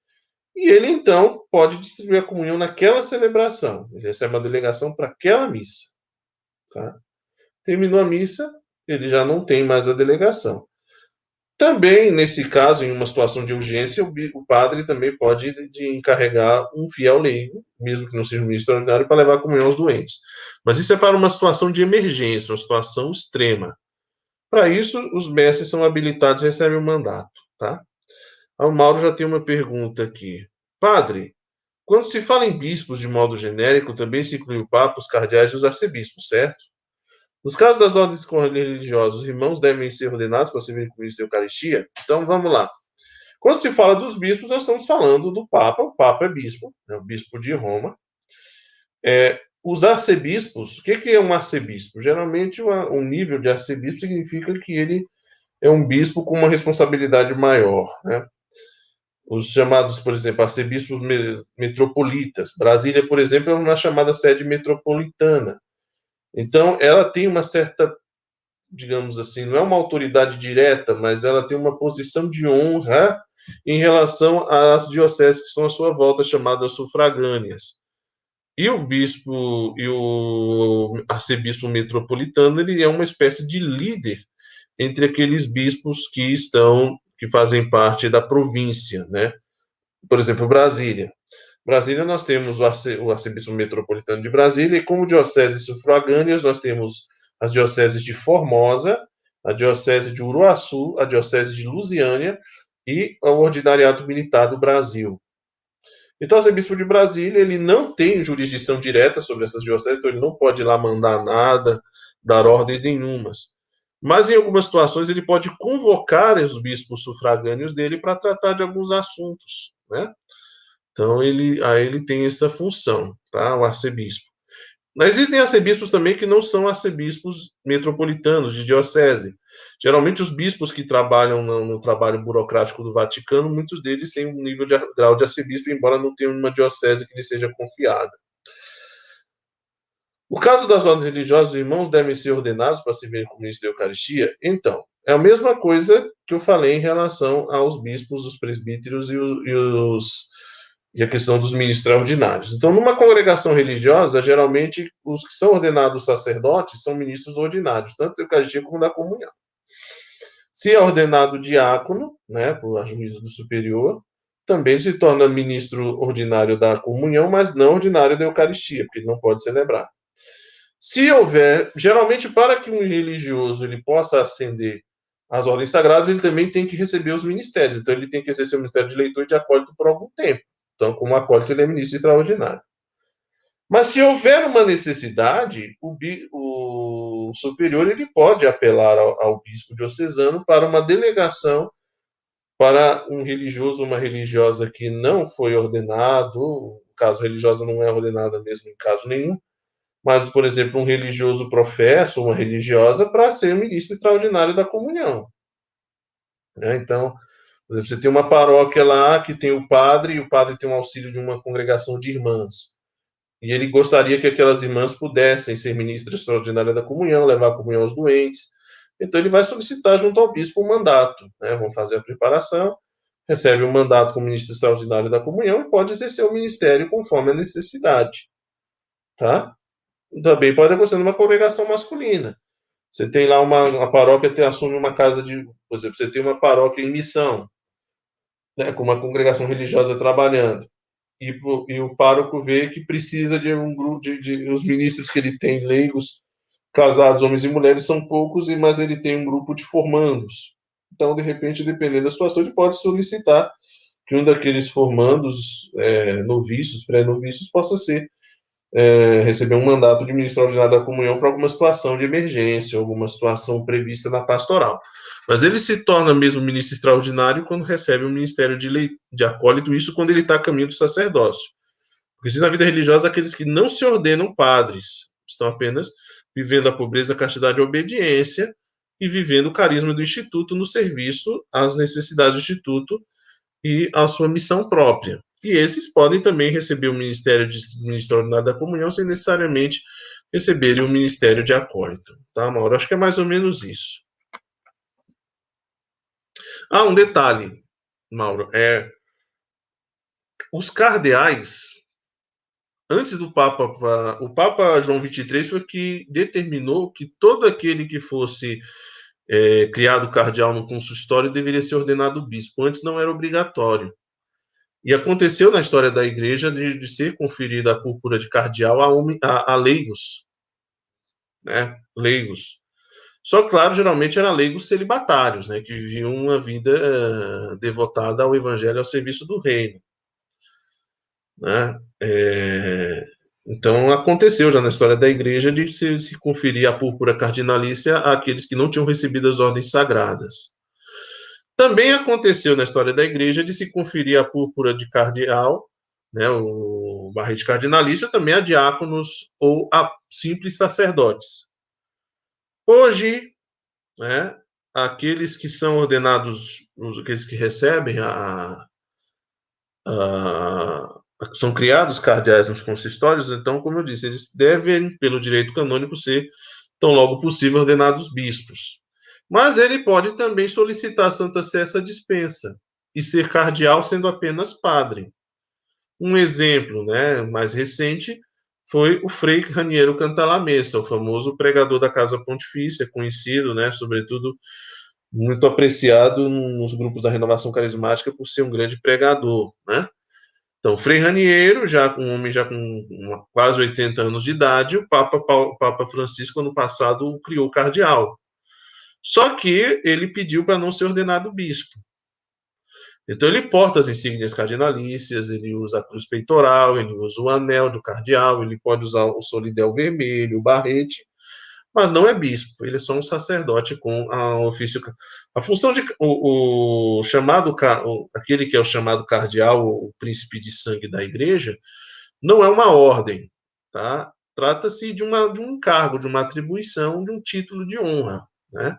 e ele, então, pode distribuir a comunhão naquela celebração. Ele recebe uma delegação para aquela missa. Tá? Terminou a missa, ele já não tem mais a delegação. Também, nesse caso, em uma situação de urgência, o, o padre também pode de encarregar um fiel leigo, mesmo que não seja um ministro ordinário, para levar a comunhão aos doentes. Mas isso é para uma situação de emergência, uma situação extrema. Para isso, os mestres são habilitados e recebem o mandato, tá? O Mauro já tem uma pergunta aqui. Padre, quando se fala em bispos de modo genérico, também se inclui o Papa, os cardeais e os arcebispos, certo? Nos casos das ordens religiosas, os irmãos devem ser ordenados para servirem com isso da Eucaristia? Então, vamos lá. Quando se fala dos bispos, nós estamos falando do Papa. O Papa é bispo, é o bispo de Roma. É, os arcebispos, o que, que é um arcebispo? Geralmente, uma, um nível de arcebispo significa que ele é um bispo com uma responsabilidade maior, né? Os chamados, por exemplo, arcebispos metropolitas. Brasília, por exemplo, é uma chamada sede metropolitana. Então, ela tem uma certa, digamos assim, não é uma autoridade direta, mas ela tem uma posição de honra em relação às dioceses que são à sua volta, chamadas sufragâneas. E o bispo e o arcebispo metropolitano, ele é uma espécie de líder entre aqueles bispos que estão, que fazem parte da província, né? Por exemplo, Brasília. Brasília, nós temos o, arce, o arcebispo metropolitano de Brasília, e como dioceses sufragâneas, nós temos as dioceses de Formosa, a diocese de Uruaçu, a diocese de Lusiânia e o ordinariato militar do Brasil. Então, o arcebispo de Brasília, ele não tem jurisdição direta sobre essas dioceses, então ele não pode ir lá mandar nada, dar ordens nenhumas. Mas, em algumas situações, ele pode convocar os bispos sufragâneos dele para tratar de alguns assuntos, né? Então, ele, aí ele tem essa função, tá? O arcebispo. Mas existem arcebispos também que não são arcebispos metropolitanos, de diocese. Geralmente, os bispos que trabalham no, no trabalho burocrático do Vaticano, muitos deles têm um nível de grau de arcebispo, embora não tenham uma diocese que lhe seja confiada. O caso das ordens religiosas, os irmãos devem ser ordenados para servirem como ministro da Eucaristia? Então, é a mesma coisa que eu falei em relação aos bispos, os presbíteros e os, e os e a questão dos ministros extraordinários. Então, numa congregação religiosa, geralmente, os que são ordenados sacerdotes são ministros ordinários, tanto da Eucaristia como da comunhão. Se é ordenado diácono, né, por juízo do superior, também se torna ministro ordinário da comunhão, mas não ordinário da Eucaristia, porque ele não pode celebrar. Se houver, geralmente, para que um religioso ele possa ascender às ordens sagradas, ele também tem que receber os ministérios. Então, ele tem que exercer o ministério de leitor e de acólito por algum tempo. Então, como acólito, ele é ministro extraordinário. Mas se houver uma necessidade, o, o superior ele pode apelar ao, ao bispo diocesano para uma delegação para um religioso ou uma religiosa que não foi ordenado, o caso religiosa não é ordenada mesmo em caso nenhum, mas, por exemplo, um religioso professa, uma religiosa, para ser ministro extraordinário da comunhão. Né? Então, por exemplo, você tem uma paróquia lá que tem o padre, e o padre tem um auxílio de uma congregação de irmãs. E ele gostaria que aquelas irmãs pudessem ser ministras extraordinárias da comunhão, levar a comunhão aos doentes. Então, ele vai solicitar junto ao bispo um mandato. Né? Vão fazer a preparação, recebe o um mandato como ministro extraordinário da comunhão e pode exercer o ministério conforme a necessidade. Tá? Também pode acontecer numa congregação masculina. Você tem lá uma, uma paróquia que assume uma casa de... Por exemplo, você tem uma paróquia em missão, né, com uma congregação religiosa trabalhando. E, e o pároco vê que precisa de um grupo de, de os ministros que ele tem, leigos, casados, homens e mulheres, são poucos, mas ele tem um grupo de formandos. Então, de repente, dependendo da situação, ele pode solicitar que um daqueles formandos, é, noviços, pré-noviços, possa ser é, receber um mandato de ministro ordinário da comunhão para alguma situação de emergência, alguma situação prevista na pastoral. Mas ele se torna mesmo ministro extraordinário quando recebe o ministério de, lei, de acólito, isso quando ele está a caminho do sacerdócio. Porque se na vida religiosa, aqueles que não se ordenam padres, estão apenas vivendo a pobreza, a castidade e a obediência e vivendo o carisma do Instituto no serviço às necessidades do Instituto e à sua missão própria. E esses podem também receber o ministério de ministro ordinário da comunhão sem necessariamente receberem o ministério de acólito. Tá, Mauro? Acho que é mais ou menos isso. Ah, um detalhe, Mauro, é os cardeais, antes do Papa, o Papa João vinte e três foi que determinou que todo aquele que fosse é, criado cardeal no consistório, deveria ser ordenado bispo. Antes não era obrigatório. E aconteceu na história da igreja de, de ser conferida a púrpura de cardeal a, a, a leigos, né? Leigos. Só, claro, geralmente eram leigos celibatários, né? Que viviam uma vida uh, devotada ao evangelho, ao serviço do reino, né? É... Então, aconteceu já na história da igreja de se, se conferir a púrpura cardinalícia àqueles que não tinham recebido as ordens sagradas. Também aconteceu na história da igreja de se conferir a púrpura de cardeal, né, o barrete cardinalício, também a diáconos ou a simples sacerdotes. Hoje, né, aqueles que são ordenados, aqueles que recebem a, a são criados cardeais nos consistórios, então, como eu disse, eles devem, pelo direito canônico, ser, tão logo possível, ordenados bispos. Mas ele pode também solicitar a Santa Sé essa dispensa e ser cardeal sendo apenas padre. Um exemplo, né, mais recente foi o Frei Raniero Cantalamessa, o famoso pregador da Casa Pontifícia, conhecido, né, sobretudo muito apreciado nos grupos da Renovação Carismática por ser um grande pregador, né? Então, Frei Raniero, já um homem já com quase oitenta anos de idade, o Papa, o Papa Francisco, ano passado, o criou cardeal. Só que ele pediu para não ser ordenado bispo. Então, ele porta as insígnias cardinalícias, ele usa a cruz peitoral, ele usa o anel do cardeal, ele pode usar o solidel vermelho, o barrete, mas não é bispo, ele é só um sacerdote com a ofício. A função de o, o chamado, o, aquele que é o chamado cardeal, o príncipe de sangue da igreja, não é uma ordem, tá? Trata-se de, uma, de um cargo, de uma atribuição, de um título de honra, né?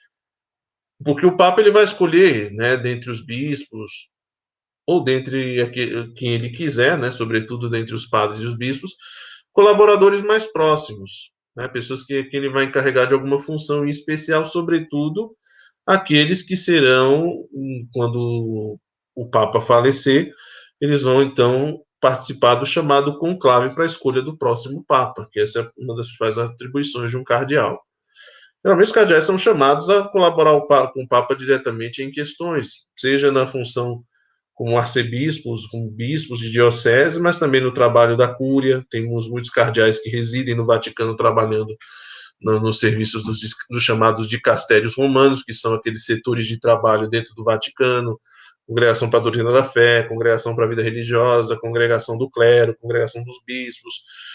Porque o Papa ele vai escolher, né, dentre os bispos, ou dentre aquele, quem ele quiser, né, sobretudo dentre os padres e os bispos, colaboradores mais próximos, né, pessoas que, que ele vai encarregar de alguma função em especial, sobretudo aqueles que serão, quando o Papa falecer, eles vão então participar do chamado conclave para a escolha do próximo Papa, que essa é uma das principais atribuições de um cardeal. Geralmente os cardeais são chamados a colaborar com o Papa diretamente em questões, seja na função como arcebispos, como bispos de diocese, mas também no trabalho da cúria. Temos muitos cardeais que residem no Vaticano trabalhando no, nos serviços dos, dos chamados dicastérios romanos, que são aqueles setores de trabalho dentro do Vaticano, Congregação para a Doutrina da Fé, Congregação para a Vida Religiosa, Congregação do Clero, Congregação dos Bispos,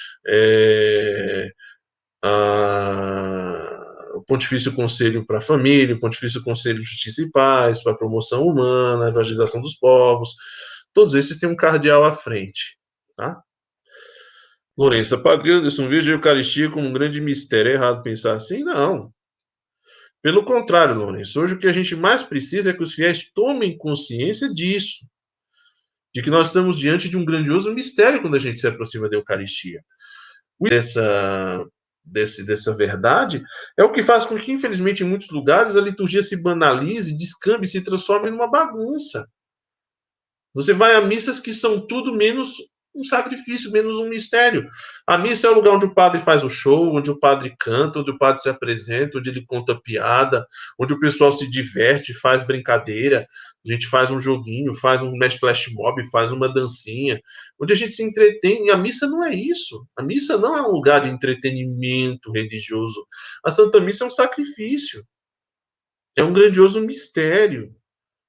é, a, o Pontifício Conselho para a Família, o Pontifício Conselho de Justiça e Paz, para a Promoção Humana, a Evangelização dos Povos, todos esses têm um cardeal à frente, tá? Lourença, Padre Anderson, veja a Eucaristia como um grande mistério. É errado pensar assim? Não. Pelo contrário, Lourenço, hoje o que a gente mais precisa é que os fiéis tomem consciência disso, de que nós estamos diante de um grandioso mistério quando a gente se aproxima da Eucaristia. Dessa, desse, dessa verdade é o que faz com que, infelizmente, em muitos lugares, a liturgia se banalize, descambe, se transforme numa bagunça. Você vai a missas que são tudo menos um sacrifício, menos um mistério. A missa é o lugar onde o padre faz o show, onde o padre canta, onde o padre se apresenta, onde ele conta piada, onde o pessoal se diverte, faz brincadeira, a gente faz um joguinho, faz um mexe flash mob, faz uma dancinha, onde a gente se entretém. E a missa não é isso. A missa não é um lugar de entretenimento religioso. A Santa Missa é um sacrifício. É um grandioso mistério.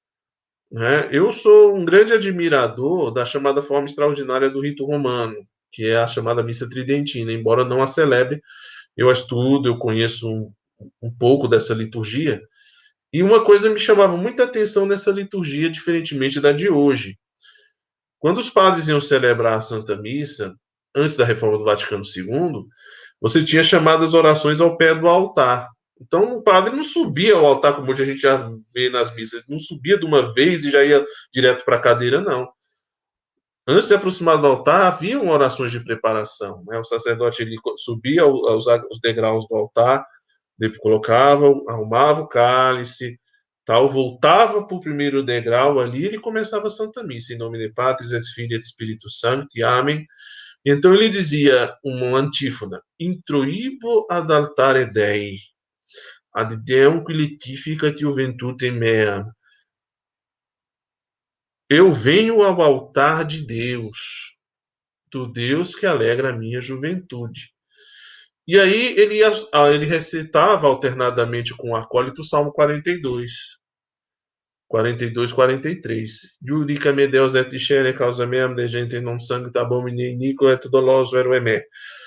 Né? Eu sou um grande admirador da chamada forma extraordinária do rito romano, que é a chamada missa tridentina. Embora não a celebre, eu a estudo, eu conheço um, um pouco dessa liturgia, e uma coisa me chamava muita atenção nessa liturgia, diferentemente da de hoje. Quando os padres iam celebrar a Santa Missa, antes da reforma do Vaticano segundo, você tinha chamadas orações ao pé do altar. Então, o padre não subia ao altar, como hoje a gente já vê nas missas, não subia de uma vez e já ia direto para a cadeira, não. Antes de se aproximar do altar, haviam orações de preparação. Né? O sacerdote ele subia os, os degraus do altar, depois colocava, arrumava o cálice, tal, voltava para o primeiro degrau ali, ele começava a Santa Missa, em nome de Patris et Filii et Spiritus Sancti, amém. Então ele dizia uma antífona, introibo ad altare Dei, ad Deum qui letificat juventutem meam. Eu venho ao altar de Deus, do Deus que alegra a minha juventude. E aí ele, ele recitava alternadamente com o acólito o Salmo quarenta e dois. quarenta e dois, quarenta e três. Iudica me Deus et ticere causa meam de gente non sancta abomine inico et doloso eruemé.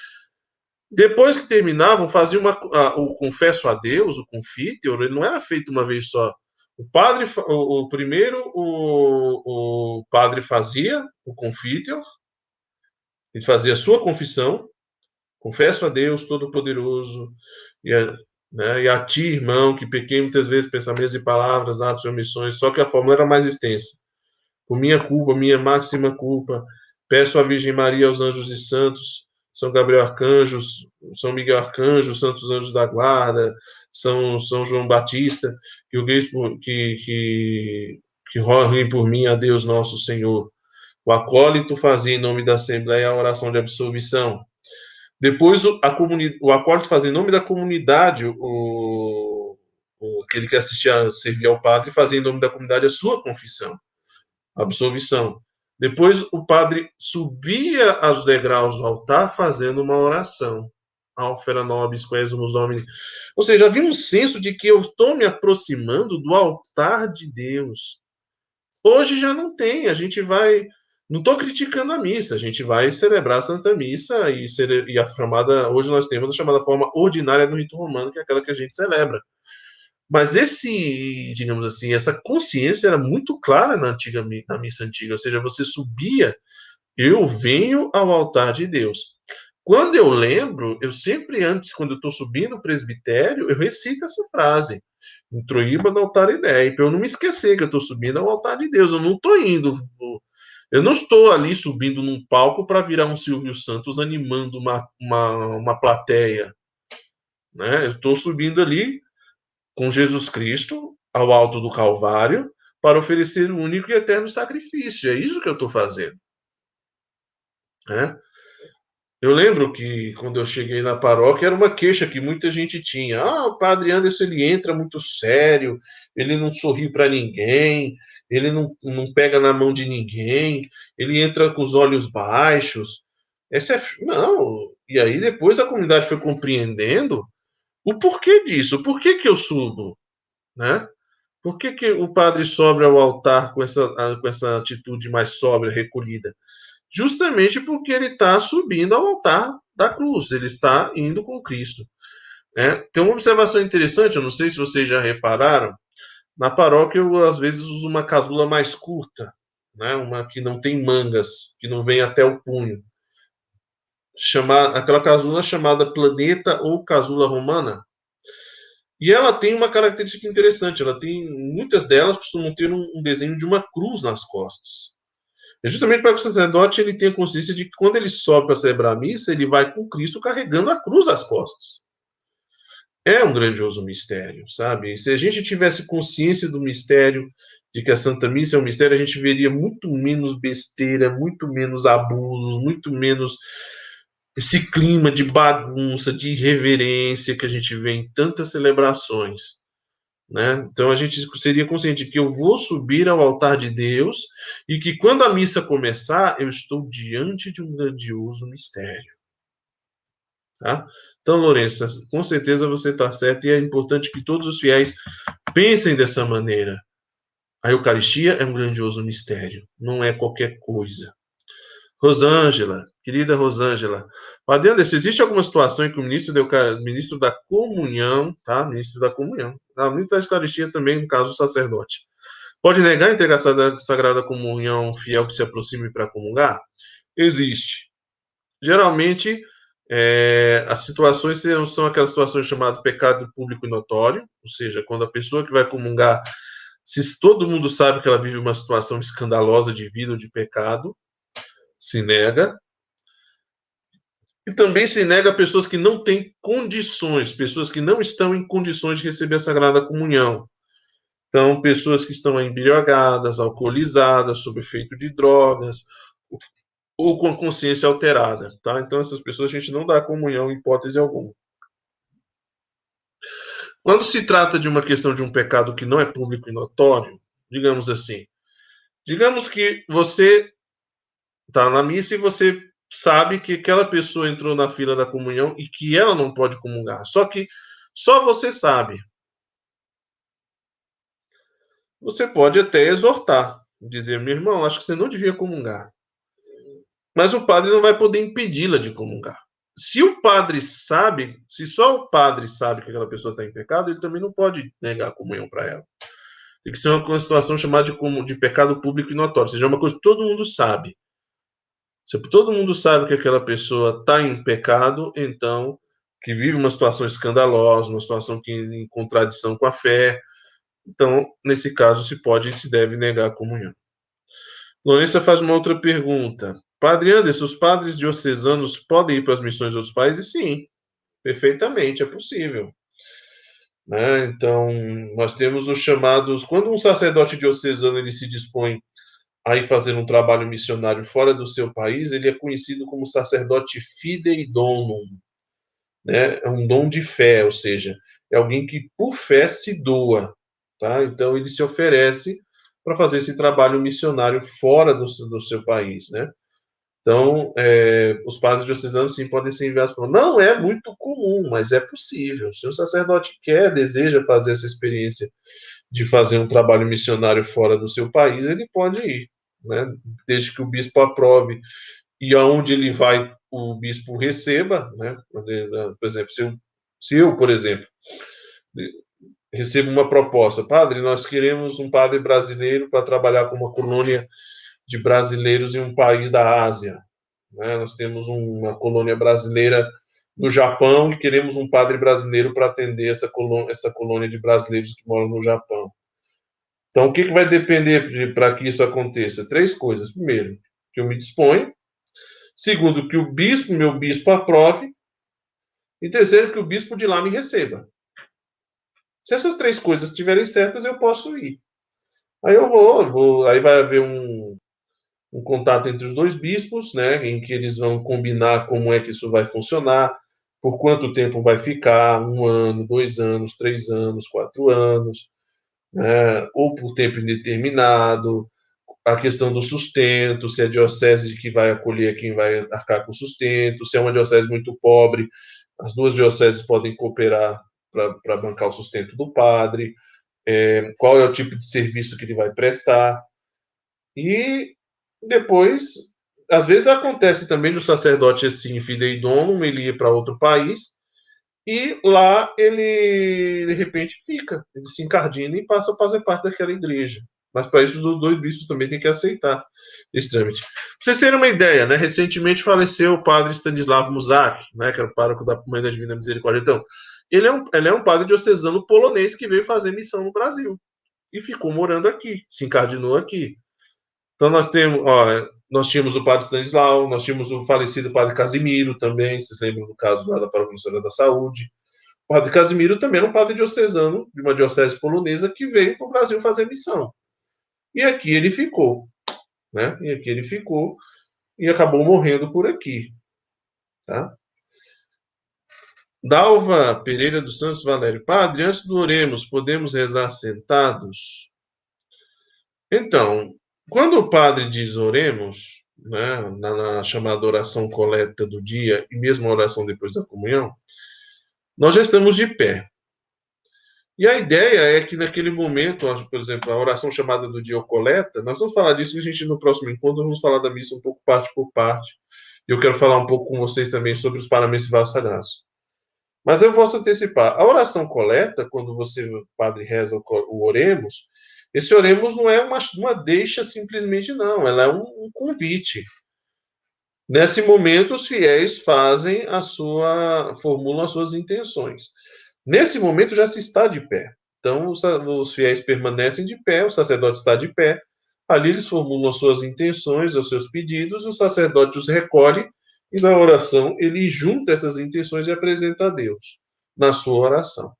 Depois que terminavam, faziam uma, a, o confesso a Deus, o confiteor, ele não era feito uma vez só. O padre, o, o primeiro, o, o padre fazia o confiteor, ele fazia a sua confissão, confesso a Deus Todo-Poderoso, e a, né, e a ti, irmão, que pequei muitas vezes pensamentos e palavras, atos e omissões, só que a fórmula era mais extensa. Por minha culpa, minha máxima culpa, peço à Virgem Maria, aos anjos e santos, São Gabriel Arcanjo, São Miguel Arcanjo, Santos Anjos da Guarda, São, São João Batista, que o que, que, que roguem por mim a Deus nosso Senhor. O acólito fazia em nome da Assembleia a oração de absolvição. Depois, a comuni... o acólito fazia em nome da comunidade, o... o... aquele que assistia, servia ao padre, fazia em nome da comunidade a sua confissão, a absolvição. Depois, o padre subia aos degraus do altar fazendo uma oração. Alfera nobis quesumus Domini. Ou seja, havia um senso de que eu estou me aproximando do altar de Deus. Hoje já não tem, a gente vai... Não estou criticando a missa, a gente vai celebrar a Santa Missa e, cele... e a chamada... Hoje nós temos a chamada forma ordinária do rito romano, que é aquela que a gente celebra. Mas esse, digamos assim, essa consciência era muito clara na, antiga, na missa antiga, ou seja, você subia, eu venho ao altar de Deus. Quando eu lembro, eu sempre antes, quando eu estou subindo o presbitério, eu recito essa frase, introíba no altar ideia, para eu não me esquecer que eu estou subindo ao altar de Deus, eu não estou indo, eu não estou ali subindo num palco para virar um Silvio Santos animando uma, uma, uma plateia, né? Eu estou subindo ali com Jesus Cristo ao alto do Calvário para oferecer o único e eterno sacrifício. É isso que eu estou fazendo. Né? Eu lembro que quando eu cheguei na paróquia era uma queixa que muita gente tinha. Ah, o padre Anderson ele entra muito sério, ele não sorri para ninguém, ele não, não pega na mão de ninguém, ele entra com os olhos baixos. Essa é... Não. E aí depois a comunidade foi compreendendo o porquê disso, o porquê que eu subo, né? Por que, que o padre sobe ao altar com essa, com essa atitude mais sóbria, recolhida? Justamente porque ele está subindo ao altar da cruz, ele está indo com Cristo. Né? Tem uma observação interessante, eu não sei se vocês já repararam, na paróquia eu às vezes uso uma casula mais curta, né? Uma que não tem mangas, que não vem até o punho. Chamar, aquela casula chamada planeta ou casula romana. E ela tem uma característica interessante, ela tem, muitas delas costumam ter um, um desenho de uma cruz nas costas. É justamente para que o sacerdote ele tenha consciência de que quando ele sobe para celebrar a missa, ele vai com Cristo carregando a cruz às costas. É um grandioso mistério, sabe? Se a gente tivesse consciência do mistério, de que a Santa Missa é um mistério, a gente veria muito menos besteira, muito menos abusos, muito menos esse clima de bagunça, de irreverência que a gente vê em tantas celebrações, né? Então a gente seria consciente de que eu vou subir ao altar de Deus e que quando a missa começar, eu estou diante de um grandioso mistério, tá? Então, Lourenço, com certeza você está certo e é importante que todos os fiéis pensem dessa maneira. A Eucaristia é um grandioso mistério, não é qualquer coisa. Rosângela, querida Rosângela, Padre Anderson, existe alguma situação em que o ministro, de, ministro da comunhão, tá? Ministro da comunhão, tá? Ministro da Eucaristia também, no caso, o sacerdote, pode negar a entregar a Sagrada Comunhão ao fiel que se aproxime para comungar? Existe. Geralmente, é, as situações são aquelas situações chamadas pecado público e notório, ou seja, quando a pessoa que vai comungar, se todo mundo sabe que ela vive uma situação escandalosa de vida ou de pecado, se nega. E também se nega a pessoas que não têm condições, pessoas que não estão em condições de receber a Sagrada Comunhão. Então, pessoas que estão embriagadas, alcoolizadas, sob efeito de drogas, ou com a consciência alterada, tá? Então, essas pessoas a gente não dá comunhão em hipótese alguma. Quando se trata de uma questão de um pecado que não é público e notório, digamos assim, digamos que você está na missa e você sabe que aquela pessoa entrou na fila da comunhão e que ela não pode comungar. Só que só você sabe. Você pode até exortar, dizer, meu irmão, acho que você não devia comungar. Mas o padre não vai poder impedi-la de comungar. Se o padre sabe, se só o padre sabe que aquela pessoa está em pecado, ele também não pode negar a comunhão para ela. Tem que ser uma situação chamada de, de pecado público e notório, ou seja, é uma coisa que todo mundo sabe. Se todo mundo sabe que aquela pessoa está em pecado, então, que vive uma situação escandalosa, uma situação que em contradição com a fé, então, nesse caso, se pode e se deve negar a comunhão. Lourença faz uma outra pergunta. Padre Anderson, os padres diocesanos podem ir para as missões de outros países? Sim, perfeitamente, é possível. Né? Então, nós temos os chamados. Quando um sacerdote diocesano ele se dispõe a ir fazer um trabalho missionário fora do seu país, ele é conhecido como sacerdote fidei donum, né? É um dom de fé, ou seja, é alguém que por fé se doa, tá? Então ele se oferece para fazer esse trabalho missionário fora do, do seu país, né? Então, é, os padres diocesanos sim podem ser enviados para. Não é muito comum, mas é possível. Se o sacerdote quer, deseja fazer essa experiência de fazer um trabalho missionário fora do seu país, ele pode ir, né? Desde que o bispo aprove e aonde ele vai, o bispo receba, né? Por exemplo, se eu, se eu, por exemplo, recebo uma proposta, padre, nós queremos um padre brasileiro para trabalhar com uma colônia de brasileiros em um país da Ásia, né? Nós temos uma colônia brasileira no Japão e queremos um padre brasileiro para atender essa colônia, essa colônia de brasileiros que moram no Japão. Então, o que, que vai depender para que isso aconteça? Três coisas. Primeiro, que eu me disponho. Segundo, que o bispo, meu bispo, aprove. E terceiro, que o bispo de lá me receba. Se essas três coisas estiverem certas, eu posso ir. Aí eu vou, vou aí vai haver um, um contato entre os dois bispos, né, em que eles vão combinar como é que isso vai funcionar, por quanto tempo vai ficar, um ano, dois anos, três anos, quatro anos, né, ou por tempo indeterminado, a questão do sustento, se é a diocese que vai acolher quem vai arcar com o sustento, se é uma diocese muito pobre, as duas dioceses podem cooperar para bancar o sustento do padre, é, qual é o tipo de serviço que ele vai prestar. E depois, às vezes acontece também do sacerdote assim, fidei donum, ele ir para outro país, e lá ele, de repente, fica, ele se encardina e passa a fazer parte daquela igreja. Mas para isso, os dois bispos também têm que aceitar esse trâmite. Pra vocês terem uma ideia, né? Recentemente faleceu o padre Stanislav Muzak, né? Que era o pároco da Mãe da Divina Misericórdia. Então, ele é, um, ele é um padre diocesano polonês que veio fazer missão no Brasil. E ficou morando aqui, se encardinou aqui. Então, nós temos, ó, nós tínhamos o padre Stanislau, nós tínhamos o falecido padre Casimiro também, vocês lembram do caso lá da Paróquia da Saúde. O padre Casimiro também era um padre diocesano de uma diocese polonesa que veio para o Brasil fazer missão. E aqui ele ficou, né? E aqui ele ficou e acabou morrendo por aqui, tá? Dalva Pereira dos Santos Valério. Padre, antes do oremos, podemos rezar sentados? Então, quando o padre diz oremos, né, na, na chamada oração coleta do dia e mesmo a oração depois da comunhão, nós já estamos de pé. E a ideia é que naquele momento, por exemplo, a oração chamada do dia ou coleta, nós vamos falar disso, e a gente no próximo encontro vamos falar da missa um pouco parte por parte. E eu quero falar um pouco com vocês também sobre os paramentos e vasos sagrados. Mas eu vou antecipar. A oração coleta, quando você, o padre, reza o, o oremos, esse oremos não é uma, uma deixa simplesmente, não. Ela é um, um convite. Nesse momento, os fiéis fazem a sua, formulam as suas intenções. Nesse momento já se está de pé. Então, os, os fiéis permanecem de pé, o sacerdote está de pé. Ali eles formulam as suas intenções, os seus pedidos, o sacerdote os recolhe e na oração ele junta essas intenções e apresenta a Deus na sua oração.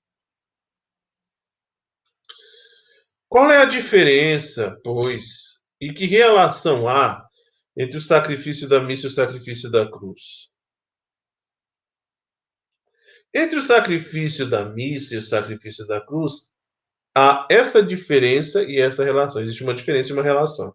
Qual é a diferença, pois, E que relação há entre o sacrifício da missa e o sacrifício da cruz? Entre o sacrifício da missa e o sacrifício da cruz, há essa diferença e essa relação. Existe uma diferença e uma relação.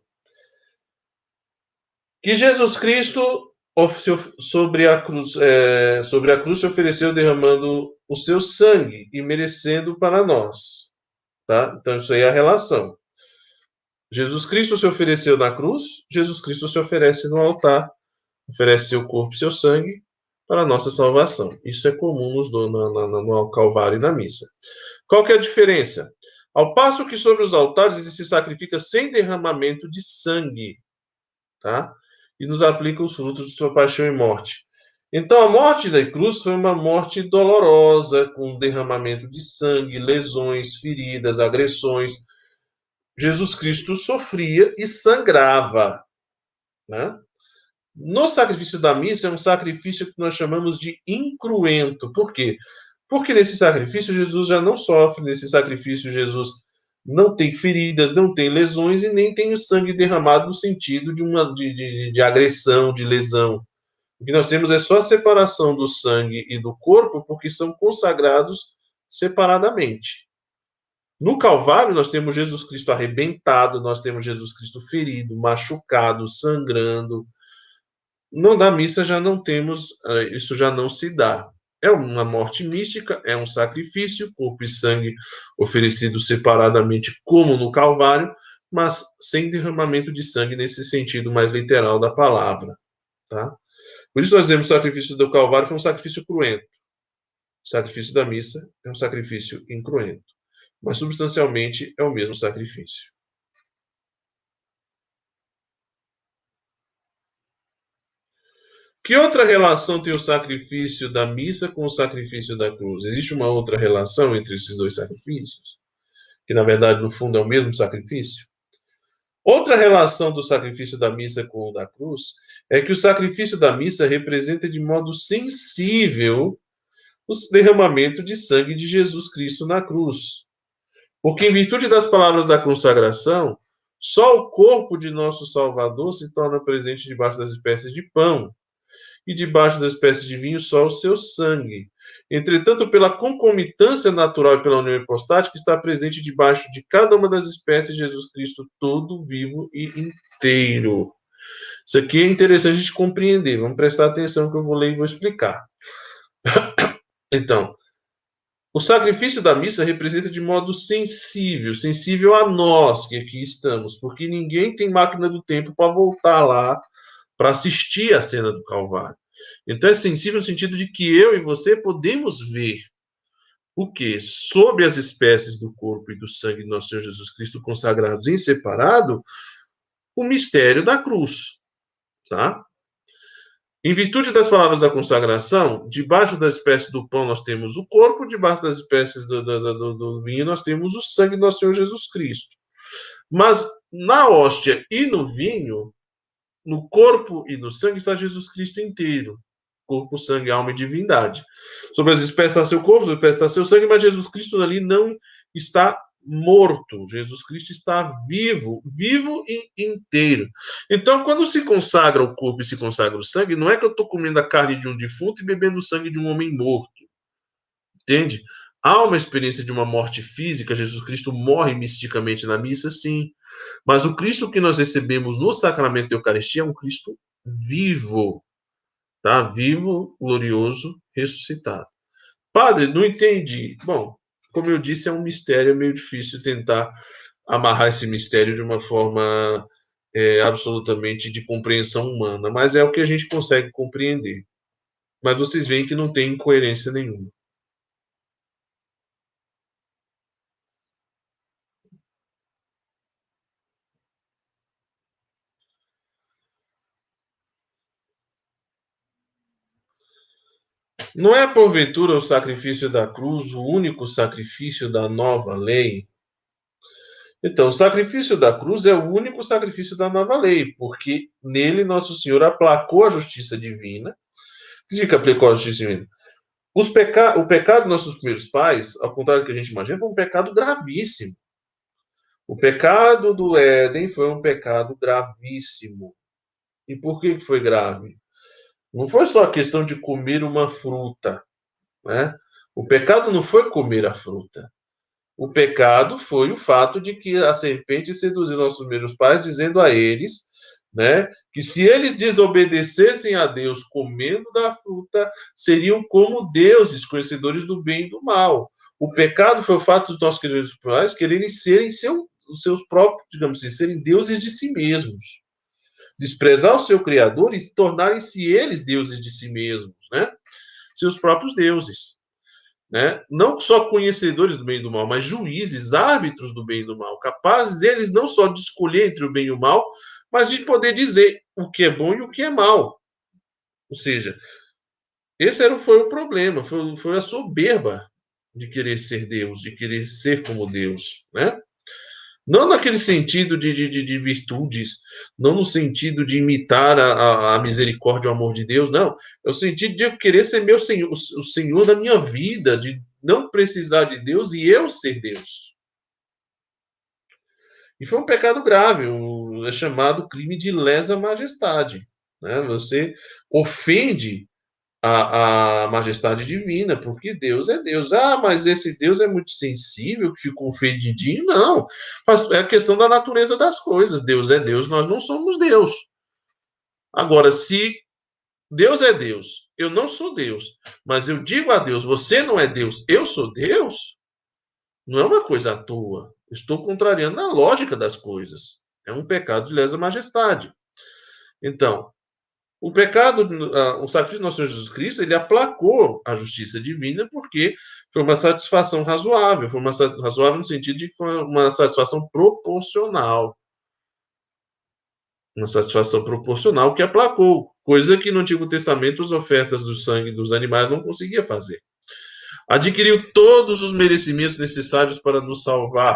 Que Jesus Cristo sobre a cruz, é, sobre a cruz se ofereceu derramando o seu sangue e merecendo para nós, tá? Então isso aí é a relação. Jesus Cristo se ofereceu na cruz, Jesus Cristo se oferece no altar, oferece seu corpo e seu sangue para a nossa salvação. Isso é comum nos do, na, na, no Calvário e na missa. Qual que é a diferença? Ao passo que sobre os altares ele se sacrifica sem derramamento de sangue, tá? E nos aplica os frutos de sua paixão e morte. Então, a morte da cruz foi uma morte dolorosa, com derramamento de sangue, lesões, feridas, agressões. Jesus Cristo sofria e sangrava, né? No sacrifício da missa, é um sacrifício que nós chamamos de incruento. Por quê? Porque nesse sacrifício, Jesus já não sofre, nesse sacrifício, Jesus não tem feridas, não tem lesões e nem tem o sangue derramado no sentido de uma de, de, de agressão, de lesão. O que nós temos é só a separação do sangue e do corpo, porque são consagrados separadamente. No Calvário, nós temos Jesus Cristo arrebentado, nós temos Jesus Cristo ferido, machucado, sangrando. No da missa já não temos, isso já não se dá. É uma morte mística, é um sacrifício, corpo e sangue oferecidos separadamente, como no Calvário, mas sem derramamento de sangue nesse sentido mais literal da palavra, tá? Por isso nós dizemos que o sacrifício do Calvário foi um sacrifício cruento. O sacrifício da missa é um sacrifício incruento, mas substancialmente é o mesmo sacrifício. Que outra relação tem o sacrifício da missa com o sacrifício da cruz? Existe uma outra relação entre esses dois sacrifícios? Que, na verdade, no fundo, é o mesmo sacrifício? Outra relação do sacrifício da missa com o da cruz é que o sacrifício da missa representa de modo sensível o derramamento de sangue de Jesus Cristo na cruz. Porque, em virtude das palavras da consagração, só o corpo de nosso Salvador se torna presente debaixo das espécies de pão, e debaixo da espécie de vinho só o seu sangue. Entretanto, pela concomitância natural e pela união hipostática, está presente debaixo de cada uma das espécies Jesus Cristo todo, vivo e inteiro. Isso aqui é interessante a gente compreender. Vamos prestar atenção que eu vou ler e vou explicar. Então, o sacrifício da missa representa de modo sensível, sensível a nós que aqui estamos, porque ninguém tem máquina do tempo para voltar lá para assistir a cena do Calvário. Então é sensível no sentido de que eu e você podemos ver o que? Sob as espécies do corpo e do sangue de nosso Senhor Jesus Cristo consagrados em separado, o mistério da cruz. Tá? Em virtude das palavras da consagração, debaixo das espécies do pão nós temos o corpo, debaixo das espécies do, do, do, do vinho nós temos o sangue de nosso Senhor Jesus Cristo. Mas na hóstia e no vinho, no corpo e no sangue está Jesus Cristo inteiro. Corpo, sangue, alma e divindade. Sobre as espécies está seu corpo, sobre as espécies está seu sangue, mas Jesus Cristo ali não está morto. Jesus Cristo está vivo, vivo e inteiro. Então, quando se consagra o corpo e se consagra o sangue, não é que eu estou comendo a carne de um defunto e bebendo o sangue de um homem morto. Entende? Há uma experiência de uma morte física, Jesus Cristo morre misticamente na missa, sim. Mas o Cristo que nós recebemos no sacramento da Eucaristia é um Cristo vivo. Tá? Vivo, glorioso, ressuscitado. Padre, não entendi. Bom, como eu disse, é um mistério, é meio difícil tentar amarrar esse mistério de uma forma é, absolutamente de compreensão humana, mas é o que a gente consegue compreender. Mas vocês veem que não tem incoerência nenhuma. Não é, porventura, o sacrifício da cruz o único sacrifício da nova lei? Então, o sacrifício da cruz é o único sacrifício da nova lei, porque nele Nosso Senhor aplacou a justiça divina. O que significa aplicou a justiça divina? Os peca... O pecado dos nossos primeiros pais, ao contrário do que a gente imagina, foi um pecado gravíssimo. O pecado do Éden foi um pecado gravíssimo. E por que foi grave? Não foi só a questão de comer uma fruta, né? O pecado não foi comer a fruta. O pecado foi o fato de que a serpente seduziu nossos primeiros pais, dizendo a eles, né, que se eles desobedecessem a Deus comendo da fruta, seriam como deuses, conhecedores do bem e do mal. O pecado foi o fato dos nossos queridos pais quererem serem seu, os seus próprios, digamos assim, serem deuses de si mesmos. Desprezar o seu Criador e tornarem-se eles deuses de si mesmos, né? Seus próprios deuses. Né? Não só conhecedores do bem e do mal, mas juízes, árbitros do bem e do mal, capazes eles não só de escolher entre o bem e o mal, mas de poder dizer o que é bom e o que é mal. Ou seja, esse era, foi o problema, foi, foi a soberba de querer ser Deus, de querer ser como Deus, né? Não naquele sentido de, de, de virtudes, não no sentido de imitar a, a, a misericórdia e o amor de Deus, não. É o sentido de eu querer ser meu senhor, o, o Senhor da minha vida, de não precisar de Deus e eu ser Deus. E foi um pecado grave, o, é chamado crime de lesa majestade. Né? Você ofende a, a majestade divina, porque Deus é Deus. Ah, mas esse Deus é muito sensível, que ficou ofendidinho. Não, mas é a questão da natureza das coisas. Deus é Deus, nós não somos Deus. Agora, se Deus é Deus, eu não sou Deus, mas eu digo a Deus, você não é Deus, eu sou Deus, não é uma coisa à toa. Estou contrariando a lógica das coisas. É um pecado de lesa majestade. Então, o pecado, o sacrifício do nosso Senhor Jesus Cristo, ele aplacou a justiça divina porque foi uma satisfação razoável, foi uma razoável no sentido de que foi uma satisfação proporcional. Uma satisfação proporcional que aplacou, coisa que no Antigo Testamento as ofertas do sangue dos animais não conseguia fazer. Adquiriu todos os merecimentos necessários para nos salvar.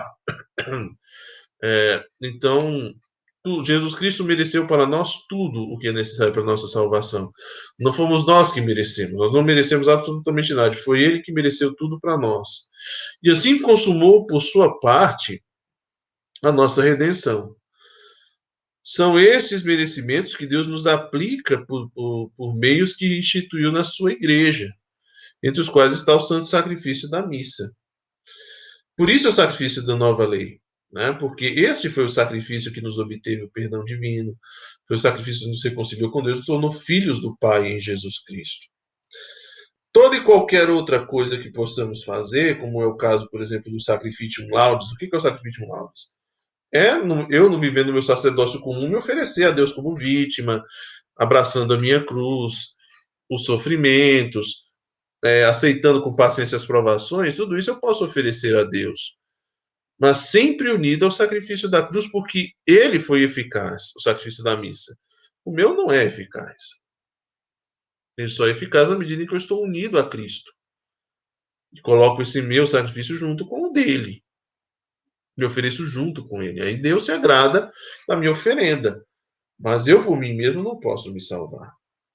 É, então, Jesus Cristo mereceu para nós tudo o que é necessário para a nossa salvação. Não fomos nós que merecemos, nós não merecemos absolutamente nada, foi Ele que mereceu tudo para nós. E assim consumou por sua parte a nossa redenção. São esses merecimentos que Deus nos aplica por, por, por meios que instituiu na sua igreja, entre os quais está o santo sacrifício da missa. Por isso é o sacrifício da nova lei. Né? Porque este foi o sacrifício que nos obteve o perdão divino, foi o sacrifício que nos reconciliou com Deus, nos tornou filhos do Pai em Jesus Cristo. Toda e qualquer outra coisa que possamos fazer, como é o caso, por exemplo, do sacrificium laudes. O que é o sacrificium laudes? É eu, não vivendo meu sacerdócio comum, me oferecer a Deus como vítima, abraçando a minha cruz, os sofrimentos, é, aceitando com paciência as provações, tudo isso eu posso oferecer a Deus. Mas sempre unido ao sacrifício da cruz, porque ele foi eficaz, o sacrifício da missa. O meu não é eficaz. Ele só é eficaz na medida em que eu estou unido a Cristo. E coloco esse meu sacrifício junto com o dele. Me ofereço junto com ele. Aí Deus se agrada da minha oferenda. Mas eu, por mim mesmo, não posso me salvar.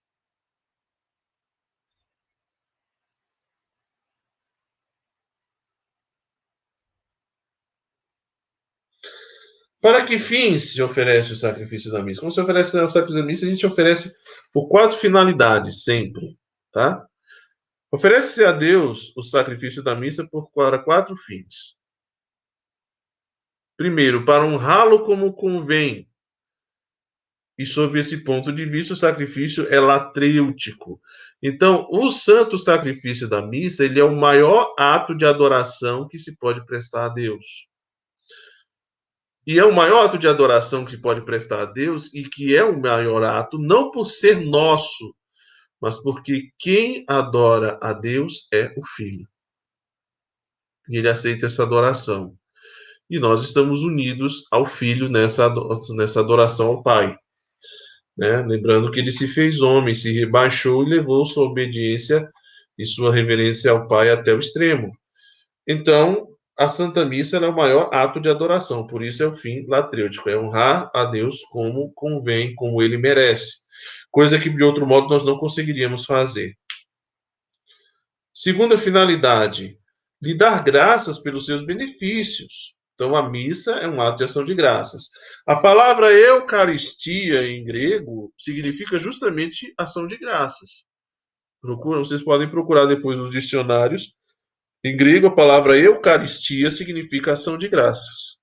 Para que fins se oferece o sacrifício da missa? Quando se oferece o sacrifício da missa, a gente oferece por quatro finalidades, sempre. Tá? Oferece a Deus o sacrifício da missa por para quatro fins. Primeiro, para honrá-lo como convém. E sob esse ponto de vista, o sacrifício é latrêutico. Então, o santo sacrifício da missa, ele é o maior ato de adoração que se pode prestar a Deus. E é o maior ato de adoração que se pode prestar a Deus e que é o maior ato, não por ser nosso, mas porque quem adora a Deus é o Filho. E ele aceita essa adoração. E nós estamos unidos ao Filho nessa, nessa adoração ao Pai. Né? Lembrando que ele se fez homem, se rebaixou e levou sua obediência e sua reverência ao Pai até o extremo. Então, a Santa Missa é o maior ato de adoração, por isso é o fim latrêutico, é honrar a Deus como convém, como ele merece. Coisa que, de outro modo, nós não conseguiríamos fazer. Segunda finalidade, lhe dar graças pelos seus benefícios. Então, a missa é um ato de ação de graças. A palavra Eucaristia, em grego, significa justamente ação de graças. Procura, vocês podem procurar depois nos dicionários. Em grego, a palavra Eucaristia significa ação de graças.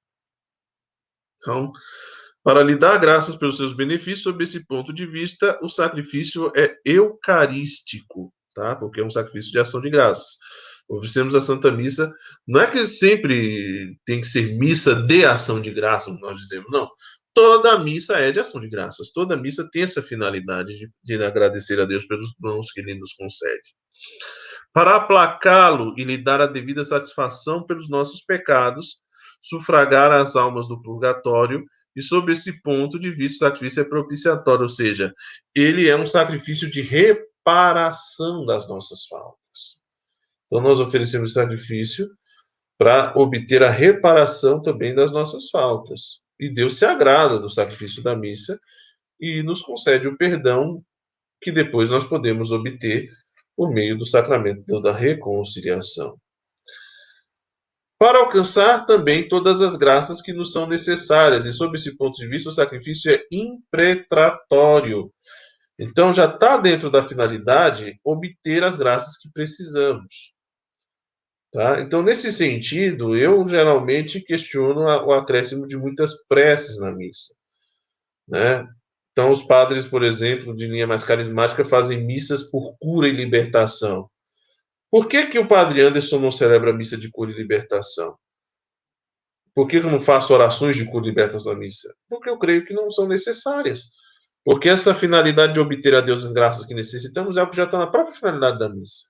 Então, para lhe dar graças pelos seus benefícios, sob esse ponto de vista, o sacrifício é eucarístico, tá? Porque é um sacrifício de ação de graças. Oferecemos a Santa Missa, não é que sempre tem que ser missa de ação de graças, como nós dizemos, não. Toda missa é de ação de graças, toda missa tem essa finalidade de, de agradecer a Deus pelos dons que Ele nos concede. Para aplacá-lo e lhe dar a devida satisfação pelos nossos pecados, sufragar as almas do purgatório, e sob esse ponto de vista, o sacrifício é propiciatório, ou seja, ele é um sacrifício de reparação das nossas faltas. Então, nós oferecemos sacrifício para obter a reparação também das nossas faltas. E Deus se agrada do sacrifício da missa e nos concede o perdão que depois nós podemos obter por meio do sacramento da reconciliação. Para alcançar também todas as graças que nos são necessárias, e sob esse ponto de vista, o sacrifício é impretratório. Então, já está dentro da finalidade obter as graças que precisamos. Tá? Então, nesse sentido, eu geralmente questiono o acréscimo de muitas preces na missa. Né? Então, os padres, por exemplo, de linha mais carismática, fazem missas por cura e libertação. Por que, que o padre Anderson não celebra a missa de cura e libertação? Por que, que eu não faço orações de cura e libertação na missa? Porque eu creio que não são necessárias. Porque essa finalidade de obter a Deus as graças que necessitamos é o que já está na própria finalidade da missa.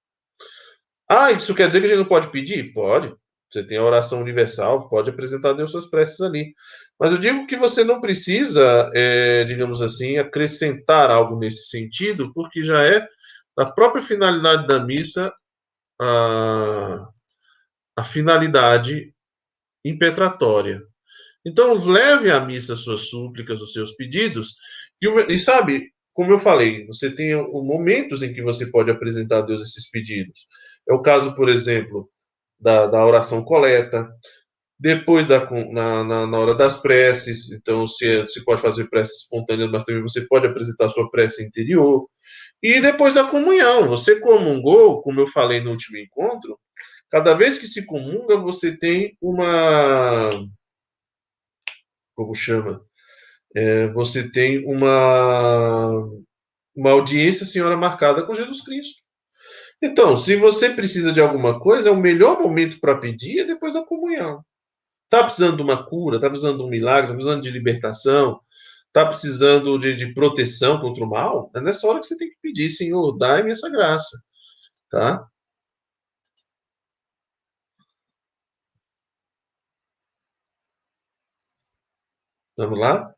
Ah, isso quer dizer que a gente não pode pedir? Pode. Você tem a oração universal, pode apresentar a Deus suas preces ali. Mas eu digo que você não precisa, é, digamos assim, acrescentar algo nesse sentido, porque já é da própria finalidade da missa a, a finalidade impetratória. Então, leve à missa as suas súplicas, os seus pedidos, e, e sabe, como eu falei, você tem momentos em que você pode apresentar a Deus esses pedidos. É o caso, por exemplo, da, da oração coleta, depois da, na, na, na hora das preces, então você, você pode fazer preces espontâneas, mas também você pode apresentar a sua prece interior, e depois da comunhão, você comungou, como eu falei no último encontro, cada vez que se comunga, você tem uma, como chama, é, você tem uma, uma audiência senhora marcada com Jesus Cristo. Então, se você precisa de alguma coisa, é o melhor momento para pedir é depois da comunhão. Está precisando de uma cura, está precisando de um milagre, está precisando de libertação, está precisando de, de proteção contra o mal, é nessa hora que você tem que pedir, Senhor, dai-me essa graça. Tá? Vamos lá?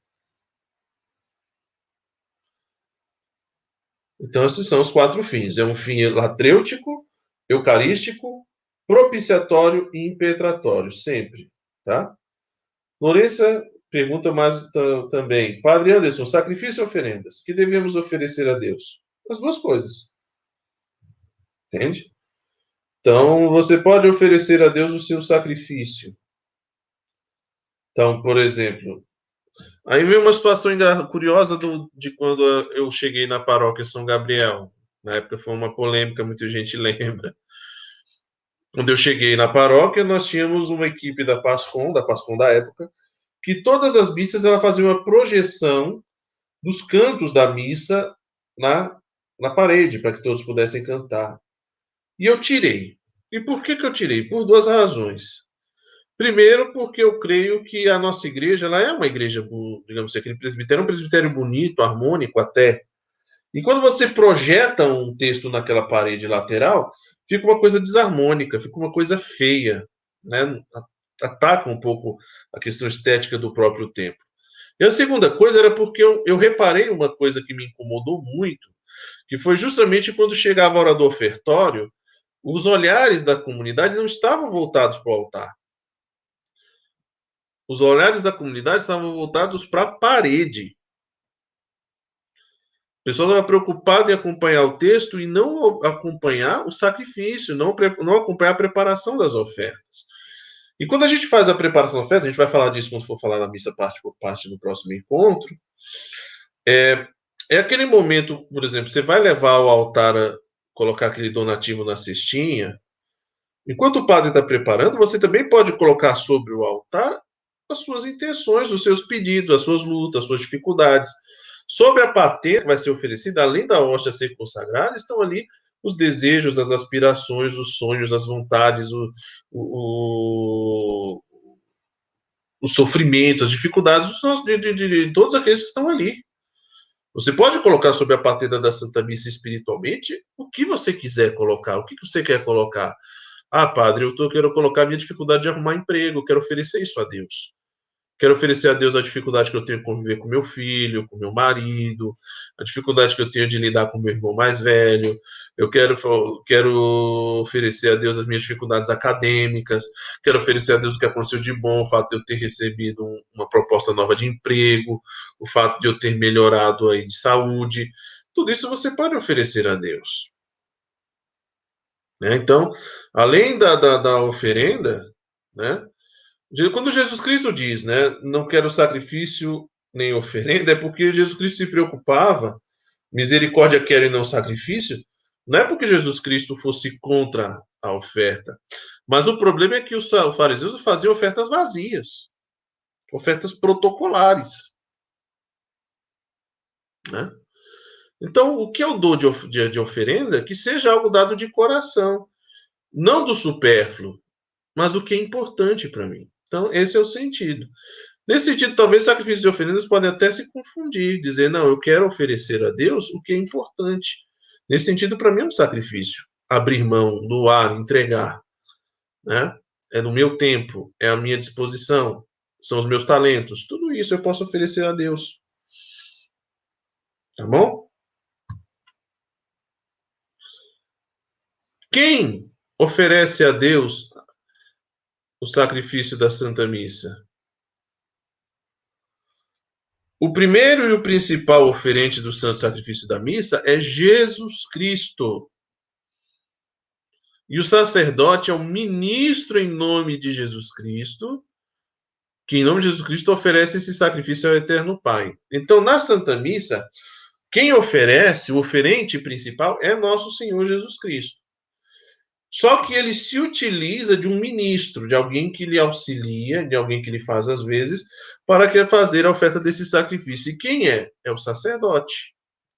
Então, esses são os quatro fins. É um fim latrêutico, eucarístico, propiciatório e impetratório, sempre. Tá? Lourença pergunta mais também. Padre Anderson, sacrifício e oferendas. Que devemos oferecer a Deus? As duas coisas. Entende? Então, você pode oferecer a Deus o seu sacrifício. Então, por exemplo, aí vem uma situação curiosa do, de quando eu cheguei na paróquia São Gabriel. Na época foi uma polêmica, muita gente lembra. Quando eu cheguei na paróquia, nós tínhamos uma equipe da Pascom, da Pascom da época, que todas as missas ela fazia uma projeção dos cantos da missa na, na parede, para que todos pudessem cantar. E eu tirei. E por que, que eu tirei? Por duas razões. Primeiro, porque eu creio que a nossa igreja ela é uma igreja, digamos assim, aquele presbitério é um presbitério bonito, harmônico até. E quando você projeta um texto naquela parede lateral, fica uma coisa desarmônica, fica uma coisa feia, né? Ataca um pouco a questão estética do próprio templo. E a segunda coisa era porque eu, eu reparei uma coisa que me incomodou muito, que foi justamente quando chegava a hora do ofertório, os olhares da comunidade não estavam voltados para o altar. Os olhares da comunidade estavam voltados para a parede. O pessoal estava preocupado em acompanhar o texto e não acompanhar o sacrifício, não, não acompanhar a preparação das ofertas. E quando a gente faz a preparação da festa, a gente vai falar disso quando for falar na missa parte por parte no próximo encontro, é, é aquele momento, por exemplo, você vai levar ao altar, a, colocar aquele donativo na cestinha, enquanto o padre está preparando, você também pode colocar sobre o altar as suas intenções, os seus pedidos, as suas lutas, as suas dificuldades. Sobre a patena que vai ser oferecida, além da hóstia ser consagrada, estão ali os desejos, as aspirações, os sonhos, as vontades, o, o, os sofrimentos, as dificuldades de, de, de, de todos aqueles que estão ali. Você pode colocar sobre a patena da Santa Missa espiritualmente o que você quiser colocar, o que você quer colocar. Ah, padre, eu tô, quero colocar a minha dificuldade de arrumar emprego, quero oferecer isso a Deus. Quero oferecer a Deus a dificuldade que eu tenho de conviver com meu filho, com meu marido, a dificuldade que eu tenho de lidar com meu irmão mais velho. Eu quero, quero oferecer a Deus as minhas dificuldades acadêmicas. Quero oferecer a Deus o que aconteceu de bom, o fato de eu ter recebido uma proposta nova de emprego, o fato de eu ter melhorado aí de saúde. Tudo isso você pode oferecer a Deus. Né? Então, além da, da, da oferenda, né? Quando Jesus Cristo diz, né, não quero sacrifício nem oferenda, é porque Jesus Cristo se preocupava, misericórdia quero e não sacrifício, não é porque Jesus Cristo fosse contra a oferta, mas o problema é que os fariseus faziam ofertas vazias, ofertas protocolares, né? Então, o que eu dou de, de, de oferenda, que seja algo dado de coração, não do supérfluo, mas do que é importante para mim. Então, esse é o sentido. Nesse sentido, talvez sacrifícios e oferendas podem até se confundir, dizer, não, eu quero oferecer a Deus o que é importante. Nesse sentido, para mim é um sacrifício. Abrir mão, doar, entregar. Né? É no meu tempo, é a minha disposição, são os meus talentos. Tudo isso eu posso oferecer a Deus. Tá bom? Quem oferece a Deus o sacrifício da Santa Missa? O primeiro e o principal oferente do Santo Sacrifício da Missa é Jesus Cristo. E o sacerdote é o ministro em nome de Jesus Cristo, que em nome de Jesus Cristo oferece esse sacrifício ao Eterno Pai. Então, na Santa Missa, quem oferece, o oferente principal, é nosso Senhor Jesus Cristo. Só que ele se utiliza de um ministro, de alguém que lhe auxilia, de alguém que lhe faz às vezes, para que fazer a oferta desse sacrifício. E quem é? É o sacerdote.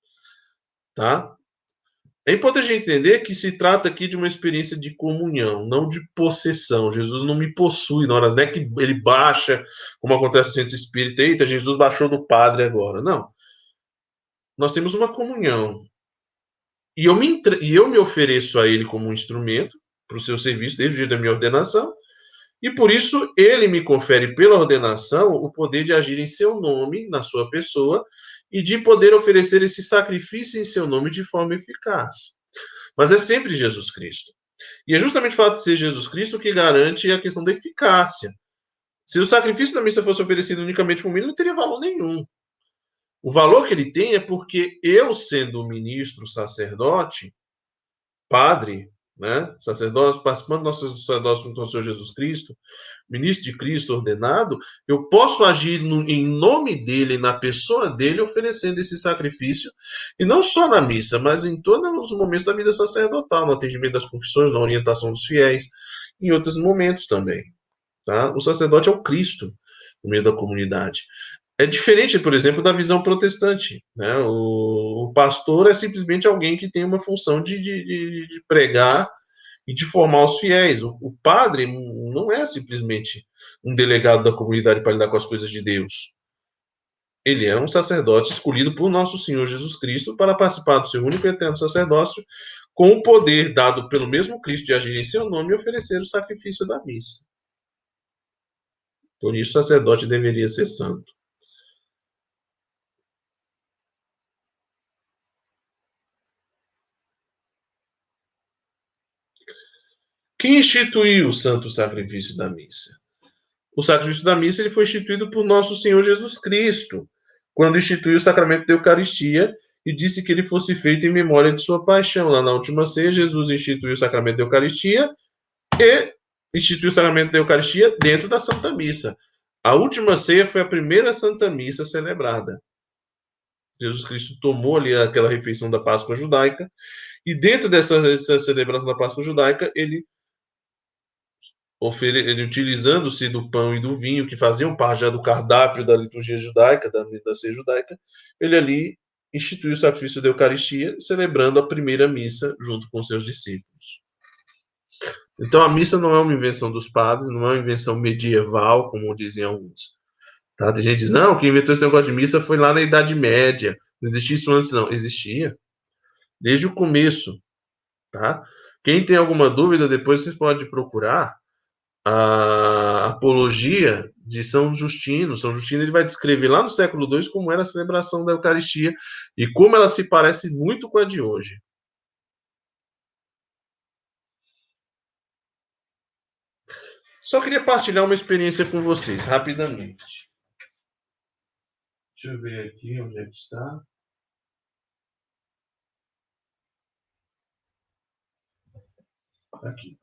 Tá? É importante a gente entender que se trata aqui de uma experiência de comunhão, não de possessão. Jesus não me possui na hora, não é que ele baixa, como acontece no centro espírita, eita, Jesus baixou no padre agora. Não. Nós temos uma comunhão. E eu me, e eu me ofereço a ele como um instrumento para o seu serviço desde o dia da minha ordenação, e por isso ele me confere pela ordenação o poder de agir em seu nome, na sua pessoa, e de poder oferecer esse sacrifício em seu nome de forma eficaz. Mas é sempre Jesus Cristo. E é justamente o fato de ser Jesus Cristo que garante a questão da eficácia. Se o sacrifício da missa fosse oferecido unicamente por mim, não teria valor nenhum. O valor que ele tem é porque eu, sendo ministro, sacerdote, padre, né, sacerdote, participando do nosso sacerdócio junto ao Senhor Jesus Cristo, ministro de Cristo ordenado, eu posso agir no, em nome dele, na pessoa dele, oferecendo esse sacrifício, e não só na missa, mas em todos os momentos da vida sacerdotal, no atendimento das confissões, na orientação dos fiéis, em outros momentos também. Tá? O sacerdote é o Cristo no meio da comunidade. É diferente, por exemplo, da visão protestante. Né? O, o pastor é simplesmente alguém que tem uma função de, de, de pregar e de formar os fiéis. O, o padre não é simplesmente um delegado da comunidade para lidar com as coisas de Deus. Ele é um sacerdote escolhido por nosso Senhor Jesus Cristo para participar do seu único e eterno sacerdócio, com o poder dado pelo mesmo Cristo de agir em seu nome e oferecer o sacrifício da missa. Por isso, o sacerdote deveria ser santo. Quem instituiu o santo sacrifício da missa? O sacrifício da missa ele foi instituído por nosso Senhor Jesus Cristo, quando instituiu o sacramento da Eucaristia e disse que ele fosse feito em memória de sua paixão. Lá na última ceia, Jesus instituiu o sacramento da Eucaristia e instituiu o sacramento da Eucaristia dentro da Santa Missa. A última ceia foi a primeira Santa Missa celebrada. Jesus Cristo tomou ali aquela refeição da Páscoa judaica, e dentro dessa, dessa celebração da Páscoa judaica, ele, ele utilizando-se do pão e do vinho, que faziam parte já do cardápio da liturgia judaica, da, da ceia judaica, ele ali instituiu o sacrifício da Eucaristia, celebrando a primeira missa junto com seus discípulos. Então, a missa não é uma invenção dos padres, não é uma invenção medieval, como dizem alguns. Tá? Tem gente que diz, não, quem inventou esse negócio de missa foi lá na Idade Média. Não existia isso antes, não. Existia. Desde o começo. Tá? Quem tem alguma dúvida, depois vocês podem procurar a apologia de São Justino. São Justino ele vai descrever lá no século dois como era a celebração da Eucaristia e como ela se parece muito com a de hoje. Só queria partilhar uma experiência com vocês, rapidamente. Deixa eu ver aqui onde é que está. Aqui.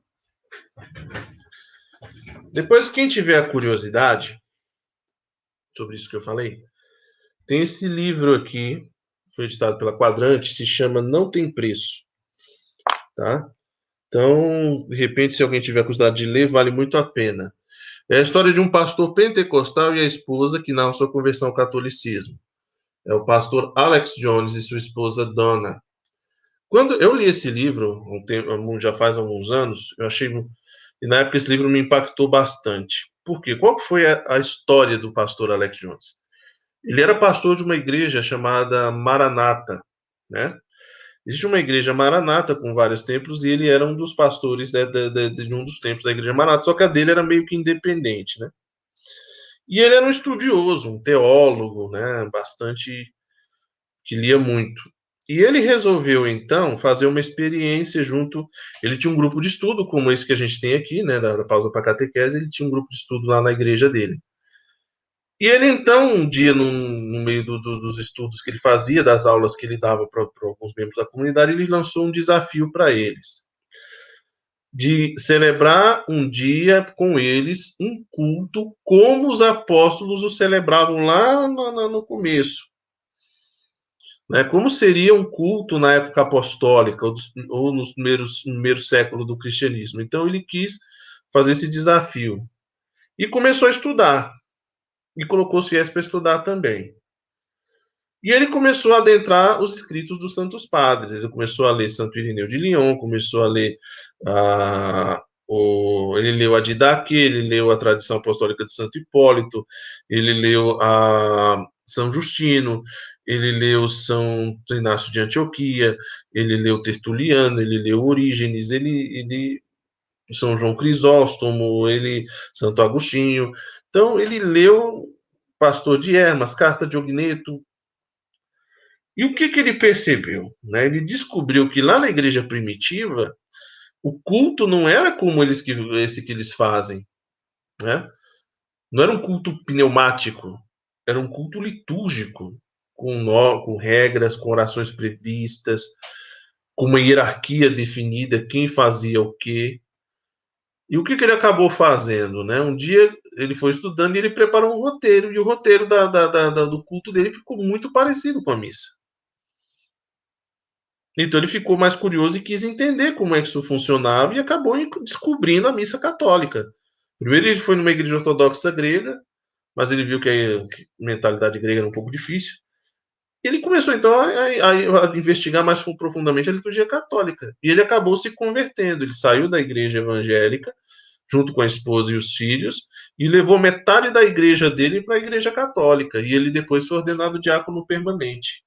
Depois, quem tiver a curiosidade sobre isso que eu falei, tem esse livro aqui, foi editado pela Quadrante, se chama Não Tem Preço. Tá? Então, de repente, se alguém tiver a curiosidade de ler, vale muito a pena. É a história de um pastor pentecostal e a esposa que narram sua conversão ao catolicismo. É o pastor Alex Jones e sua esposa Donna. Quando eu li esse livro, um tempo, já faz alguns anos, eu achei, e na época esse livro me impactou bastante. Por quê? Qual foi a, a história do pastor Alex Jones? Ele era pastor de uma igreja chamada Maranata, né? Existe uma igreja Maranata com vários templos e ele era um dos pastores de, de, de, de um dos templos da igreja Maranata, só que a dele era meio que independente, né? E ele era um estudioso, um teólogo, né? Bastante que lia muito. E ele resolveu, então, fazer uma experiência junto. Ele tinha um grupo de estudo, como esse que a gente tem aqui, né, da, da pausa para catequese, ele tinha um grupo de estudo lá na igreja dele. E ele, então, um dia, no, no meio do, do, dos estudos que ele fazia, das aulas que ele dava para alguns membros da comunidade, ele lançou um desafio para eles, de celebrar um dia com eles um culto como os apóstolos o celebravam lá no, no começo. Né, como seria um culto na época apostólica ou, dos, ou nos primeiros, no primeiro século do cristianismo. Então ele quis fazer esse desafio e começou a estudar e colocou os fiéis para estudar também. E ele começou a adentrar os escritos dos Santos Padres. Ele começou a ler Santo Irineu de Lyon, começou a ler a o, ele leu a Didaquê, ele leu a tradição apostólica de Santo Hipólito, ele leu a São Justino, ele leu São Inácio de Antioquia, ele leu Tertuliano, ele leu Orígenes, ele, ele São João Crisóstomo, ele Santo Agostinho. Então ele leu Pastor de Hermas, Carta de Ogneto. E o que, que ele percebeu? Né? Ele descobriu que lá na igreja primitiva o culto não era como eles que, esse que eles fazem, né? Não era um culto pneumático, era um culto litúrgico, com, nó, com regras, com orações previstas, com uma hierarquia definida, quem fazia o quê. E o que, que ele acabou fazendo? Né? Um dia ele foi estudando e ele preparou um roteiro, e o roteiro da, da, da, do culto dele ficou muito parecido com a missa. Então ele ficou mais curioso e quis entender como é que isso funcionava e acabou descobrindo a missa católica. Primeiro ele foi numa igreja ortodoxa grega, mas ele viu que a mentalidade grega era um pouco difícil. E ele começou então a, a, a investigar mais profundamente a liturgia católica. E ele acabou se convertendo. Ele saiu da igreja evangélica, junto com a esposa e os filhos, e levou metade da igreja dele para a igreja católica. E ele depois foi ordenado diácono permanente.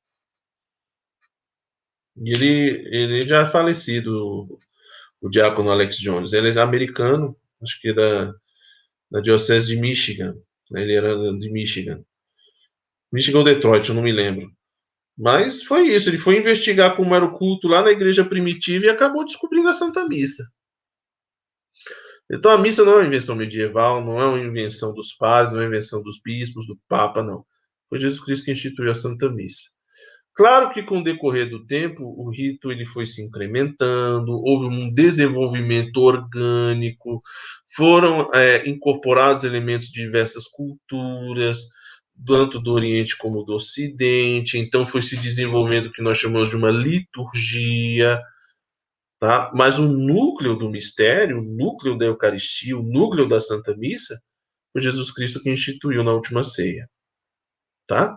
E ele, ele já é falecido, o diácono Alex Jones. Ele é americano, acho que é da, da diocese de Michigan. Né? Ele era de Michigan. Michigan ou Detroit, eu não me lembro. Mas foi isso, ele foi investigar como era o culto lá na igreja primitiva e acabou descobrindo a Santa Missa. Então a missa não é uma invenção medieval, não é uma invenção dos padres, não é uma invenção dos bispos, do Papa, não. Foi Jesus Cristo que instituiu a Santa Missa. Claro que com o decorrer do tempo, o rito ele foi se incrementando, houve um desenvolvimento orgânico, foram é, incorporados elementos de diversas culturas, tanto do Oriente como do Ocidente, então foi se desenvolvendo o que nós chamamos de uma liturgia, tá? Mas o núcleo do mistério, o núcleo da Eucaristia, o núcleo da Santa Missa, foi Jesus Cristo que instituiu na última ceia, tá?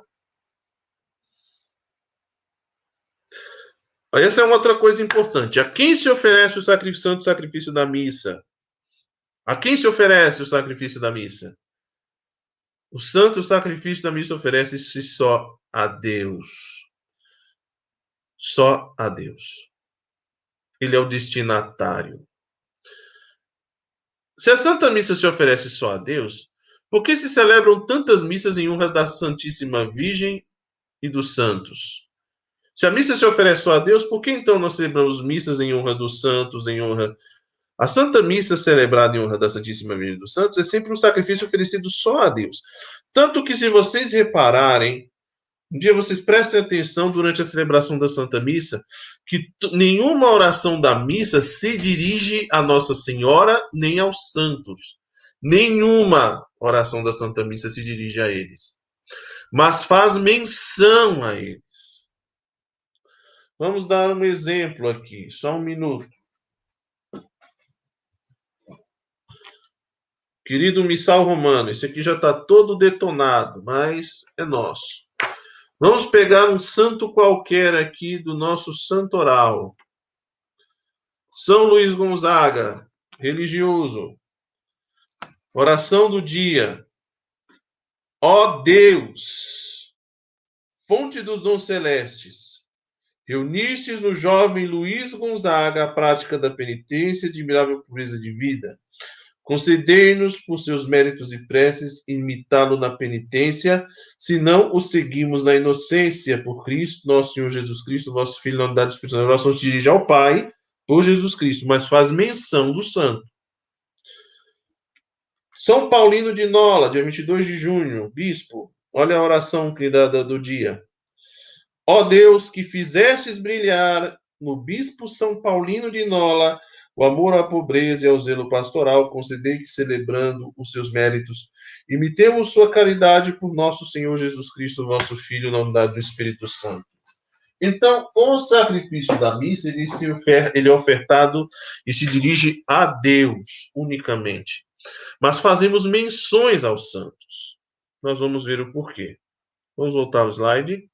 Essa é uma outra coisa importante. A quem se oferece o sacrifício, santo sacrifício da missa? A quem se oferece o sacrifício da missa? O santo sacrifício da missa oferece-se só a Deus. Só a Deus. Ele é o destinatário. Se a Santa Missa se oferece só a Deus, por que se celebram tantas missas em honra da Santíssima Virgem e dos santos? Se a missa se oferece só a Deus, por que então nós celebramos missas em honra dos santos, em honra... A Santa Missa celebrada em honra da Santíssima Virgem dos Santos é sempre um sacrifício oferecido só a Deus. Tanto que, se vocês repararem, um dia vocês prestem atenção durante a celebração da Santa Missa, que nenhuma oração da missa se dirige a Nossa Senhora nem aos santos. Nenhuma oração da Santa Missa se dirige a eles, mas faz menção a eles. Vamos dar um exemplo aqui, só um minuto. Querido Missal Romano, esse aqui já está todo detonado, mas é nosso. Vamos pegar um santo qualquer aqui do nosso santoral. São Luís Gonzaga, religioso. Oração do dia. Ó Deus, fonte dos dons celestes, reunistes no jovem Luís Gonzaga a prática da penitência e admirável pureza de vida. Concedei-nos, por seus méritos e preces, imitá-lo na penitência, se não o seguimos na inocência, por Cristo, nosso Senhor Jesus Cristo, vosso Filho, na unidade do Espírito Santo. A oração se dirige ao Pai, por Jesus Cristo, mas faz menção do santo. São Paulino de Nola, dia vinte e dois de junho, bispo, olha a oração que dá do dia. Ó Deus, que fizestes brilhar no bispo São Paulino de Nola o amor à pobreza e ao zelo pastoral, concedei que, celebrando os seus méritos, imitemos sua caridade por nosso Senhor Jesus Cristo, vosso Filho, na unidade do Espírito Santo. Então, o sacrifício da missa, ele, se ofer- ele é ofertado e se dirige a Deus unicamente. Mas fazemos menções aos santos. Nós vamos ver o porquê. Vamos voltar ao slide.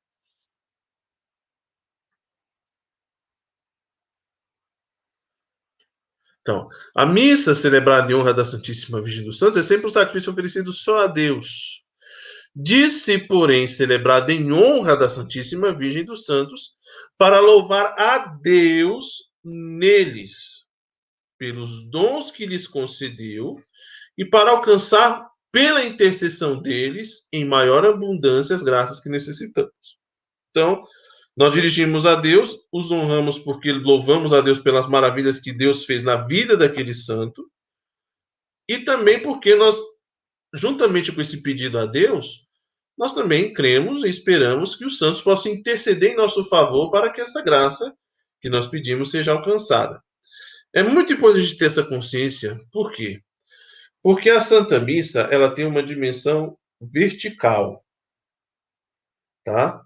Então, a missa celebrada em honra da Santíssima Virgem dos Santos é sempre um sacrifício oferecido só a Deus. Disse, porém, celebrada em honra da Santíssima Virgem dos Santos, para louvar a Deus neles, pelos dons que lhes concedeu, e para alcançar, pela intercessão deles, em maior abundância, as graças que necessitamos. Então, nós dirigimos a Deus, os honramos porque louvamos a Deus pelas maravilhas que Deus fez na vida daquele santo, e também porque nós, juntamente com esse pedido a Deus, nós também cremos e esperamos que os santos possam interceder em nosso favor para que essa graça que nós pedimos seja alcançada. É muito importante ter essa consciência. Por quê? Porque a Santa Missa, ela tem uma dimensão vertical, tá?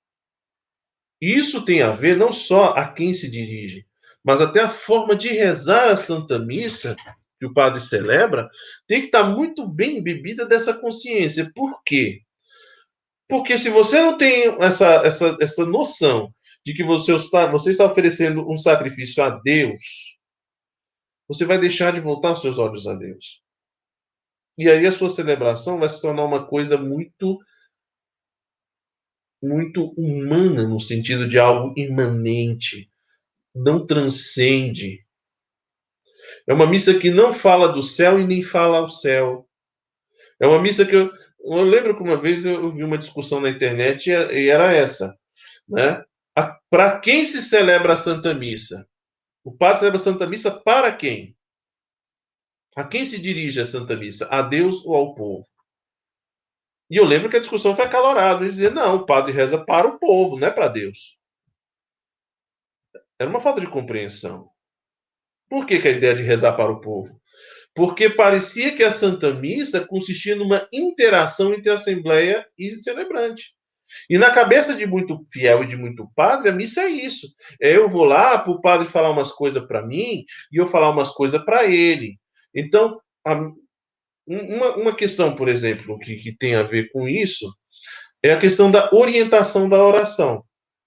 Isso tem a ver não só a quem se dirige, mas até a forma de rezar a Santa Missa que o padre celebra tem que estar muito bem embebida dessa consciência. Por quê? Porque se você não tem essa, essa, essa noção de que você está, você está oferecendo um sacrifício a Deus, você vai deixar de voltar os seus olhos a Deus. E aí a sua celebração vai se tornar uma coisa muito muito humana, no sentido de algo imanente, não transcende. É uma missa que não fala do céu e nem fala ao céu. É uma missa que eu, eu lembro que uma vez eu vi uma discussão na internet e era essa, né? Para quem se celebra a Santa Missa? O padre celebra a Santa Missa para quem? A quem se dirige a Santa Missa? A Deus ou ao povo? E eu lembro que a discussão foi acalorada. Ele dizia, não, o padre reza para o povo, não é para Deus. Era uma falta de compreensão. Por que, que a ideia de rezar para o povo? Porque parecia que a Santa Missa consistia numa interação entre a Assembleia e o celebrante. E na cabeça de muito fiel e de muito padre, a missa é isso. É eu vou lá para o padre falar umas coisas para mim e eu falar umas coisas para ele. Então, a, uma, uma questão, por exemplo, que, que tem a ver com isso é a questão da orientação da oração.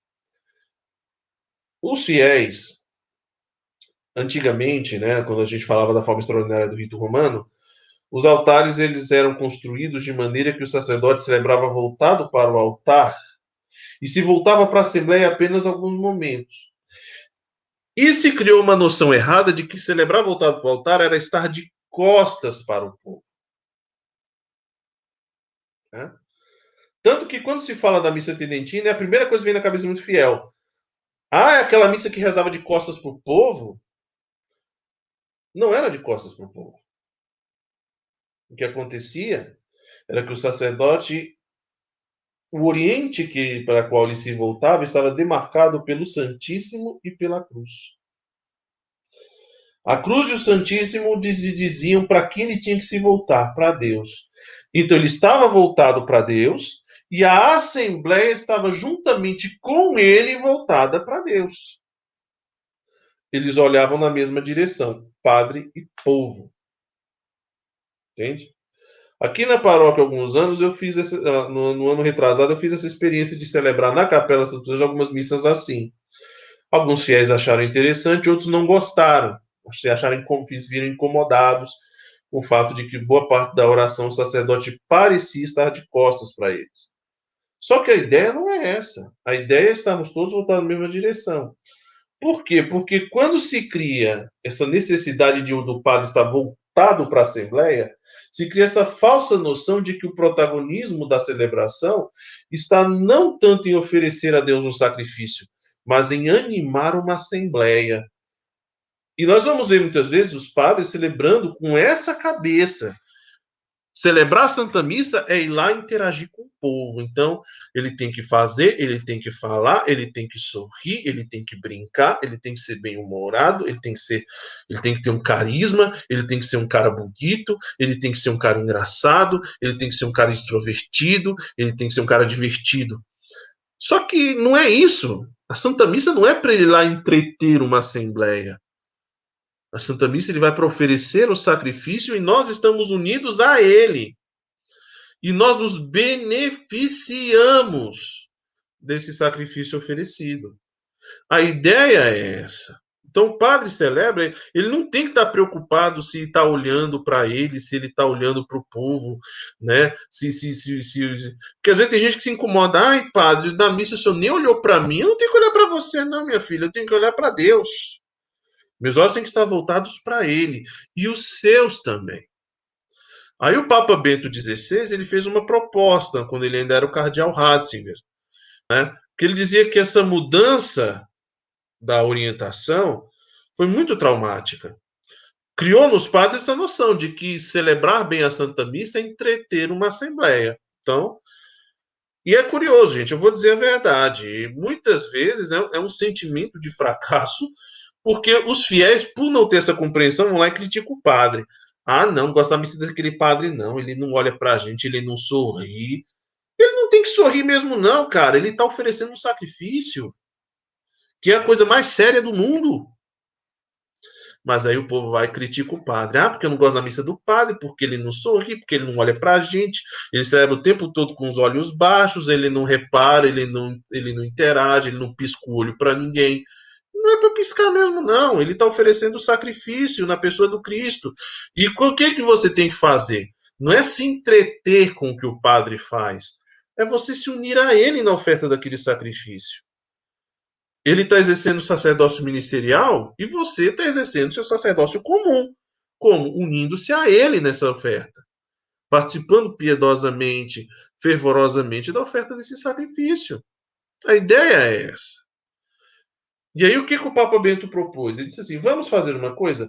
Os fiéis, antigamente, né, quando a gente falava da forma extraordinária do rito romano, os altares eles eram construídos de maneira que o sacerdote celebrava voltado para o altar e se voltava para a Assembleia apenas alguns momentos. E se criou uma noção errada de que celebrar voltado para o altar era estar de costas para o povo. Né? Tanto que quando se fala da missa tridentina, a primeira coisa que vem na cabeça do muito fiel. Ah, é aquela missa que rezava de costas para o povo? Não era de costas para o povo. O que acontecia era que o sacerdote, o oriente que, para o qual ele se voltava, estava demarcado pelo Santíssimo e pela cruz. A cruz e o Santíssimo diziam para quem ele tinha que se voltar, para Deus. Então ele estava voltado para Deus e a Assembleia estava juntamente com ele voltada para Deus. Eles olhavam na mesma direção, padre e povo. Entende? Aqui na paróquia, há alguns anos, eu fiz esse, no, no ano retrasado, eu fiz essa experiência de celebrar na Capela Santo Anjo algumas missas assim. Alguns fiéis acharam interessante, outros não gostaram. Acharam, viram incomodados com o fato de que boa parte da oração o sacerdote parecia estar de costas para eles. Só que a ideia não é essa. A ideia é estarmos todos voltados na mesma direção. Por quê? Porque quando se cria essa necessidade de do padre estar voltado para a Assembleia, se cria essa falsa noção de que o protagonismo da celebração está não tanto em oferecer a Deus um sacrifício, mas em animar uma Assembleia. E nós vamos ver muitas vezes os padres celebrando com essa cabeça. Celebrar a Santa Missa é ir lá interagir com o povo. Então, ele tem que fazer, ele tem que falar, ele tem que sorrir, ele tem que brincar, ele tem que ser bem-humorado, ele tem que ser, ele tem que ter um carisma, ele tem que ser um cara bonito, ele tem que ser um cara engraçado, ele tem que ser um cara extrovertido, ele tem que ser um cara divertido. Só que não é isso. A Santa Missa não é para ele ir lá entreter uma assembleia. A Santa Missa ele vai para oferecer o sacrifício e nós estamos unidos a ele. E nós nos beneficiamos desse sacrifício oferecido. A ideia é essa. Então, o padre celebra, ele não tem que estar preocupado se está olhando para ele, se ele está olhando para o povo, né? Se, se, se, se, Porque às vezes tem gente que se incomoda. Ai, padre, na missa o senhor nem olhou para mim. Eu não tenho que olhar para você, não, minha filha. Eu tenho que olhar para Deus. Meus olhos têm que estar voltados para ele. E os seus também. Aí o Papa Bento dezesseis ele fez uma proposta, quando ele ainda era o cardeal Ratzinger, né? Que ele dizia que essa mudança da orientação foi muito traumática. Criou nos padres essa noção de que celebrar bem a Santa Missa é entreter uma assembleia. Então, e é curioso, gente, eu vou dizer a verdade, muitas vezes é, é um sentimento de fracasso, porque os fiéis, por não ter essa compreensão, vão lá e criticam o padre. Ah, não, não gosto da missa daquele padre, não. Ele não olha pra gente, ele não sorri. Ele não tem que sorrir mesmo, não, cara. Ele tá oferecendo um sacrifício, que é a coisa mais séria do mundo. Mas aí o povo vai e critica o padre. Ah, porque eu não gosto da missa do padre, porque ele não sorri, porque ele não olha pra gente, ele celebra o tempo todo com os olhos baixos, ele não repara, ele não, ele não interage, ele não pisca o olho pra ninguém. Não é para piscar mesmo, não. Ele está oferecendo sacrifício na pessoa do Cristo. E o que, que você tem que fazer? Não é se entreter com o que o padre faz. É você se unir a ele na oferta daquele sacrifício. Ele está exercendo o sacerdócio ministerial e você está exercendo o seu sacerdócio comum. Como? Unindo-se a ele nessa oferta. Participando piedosamente, fervorosamente da oferta desse sacrifício. A ideia é essa. E aí o que, que o Papa Bento propôs? Ele disse assim, vamos fazer uma coisa.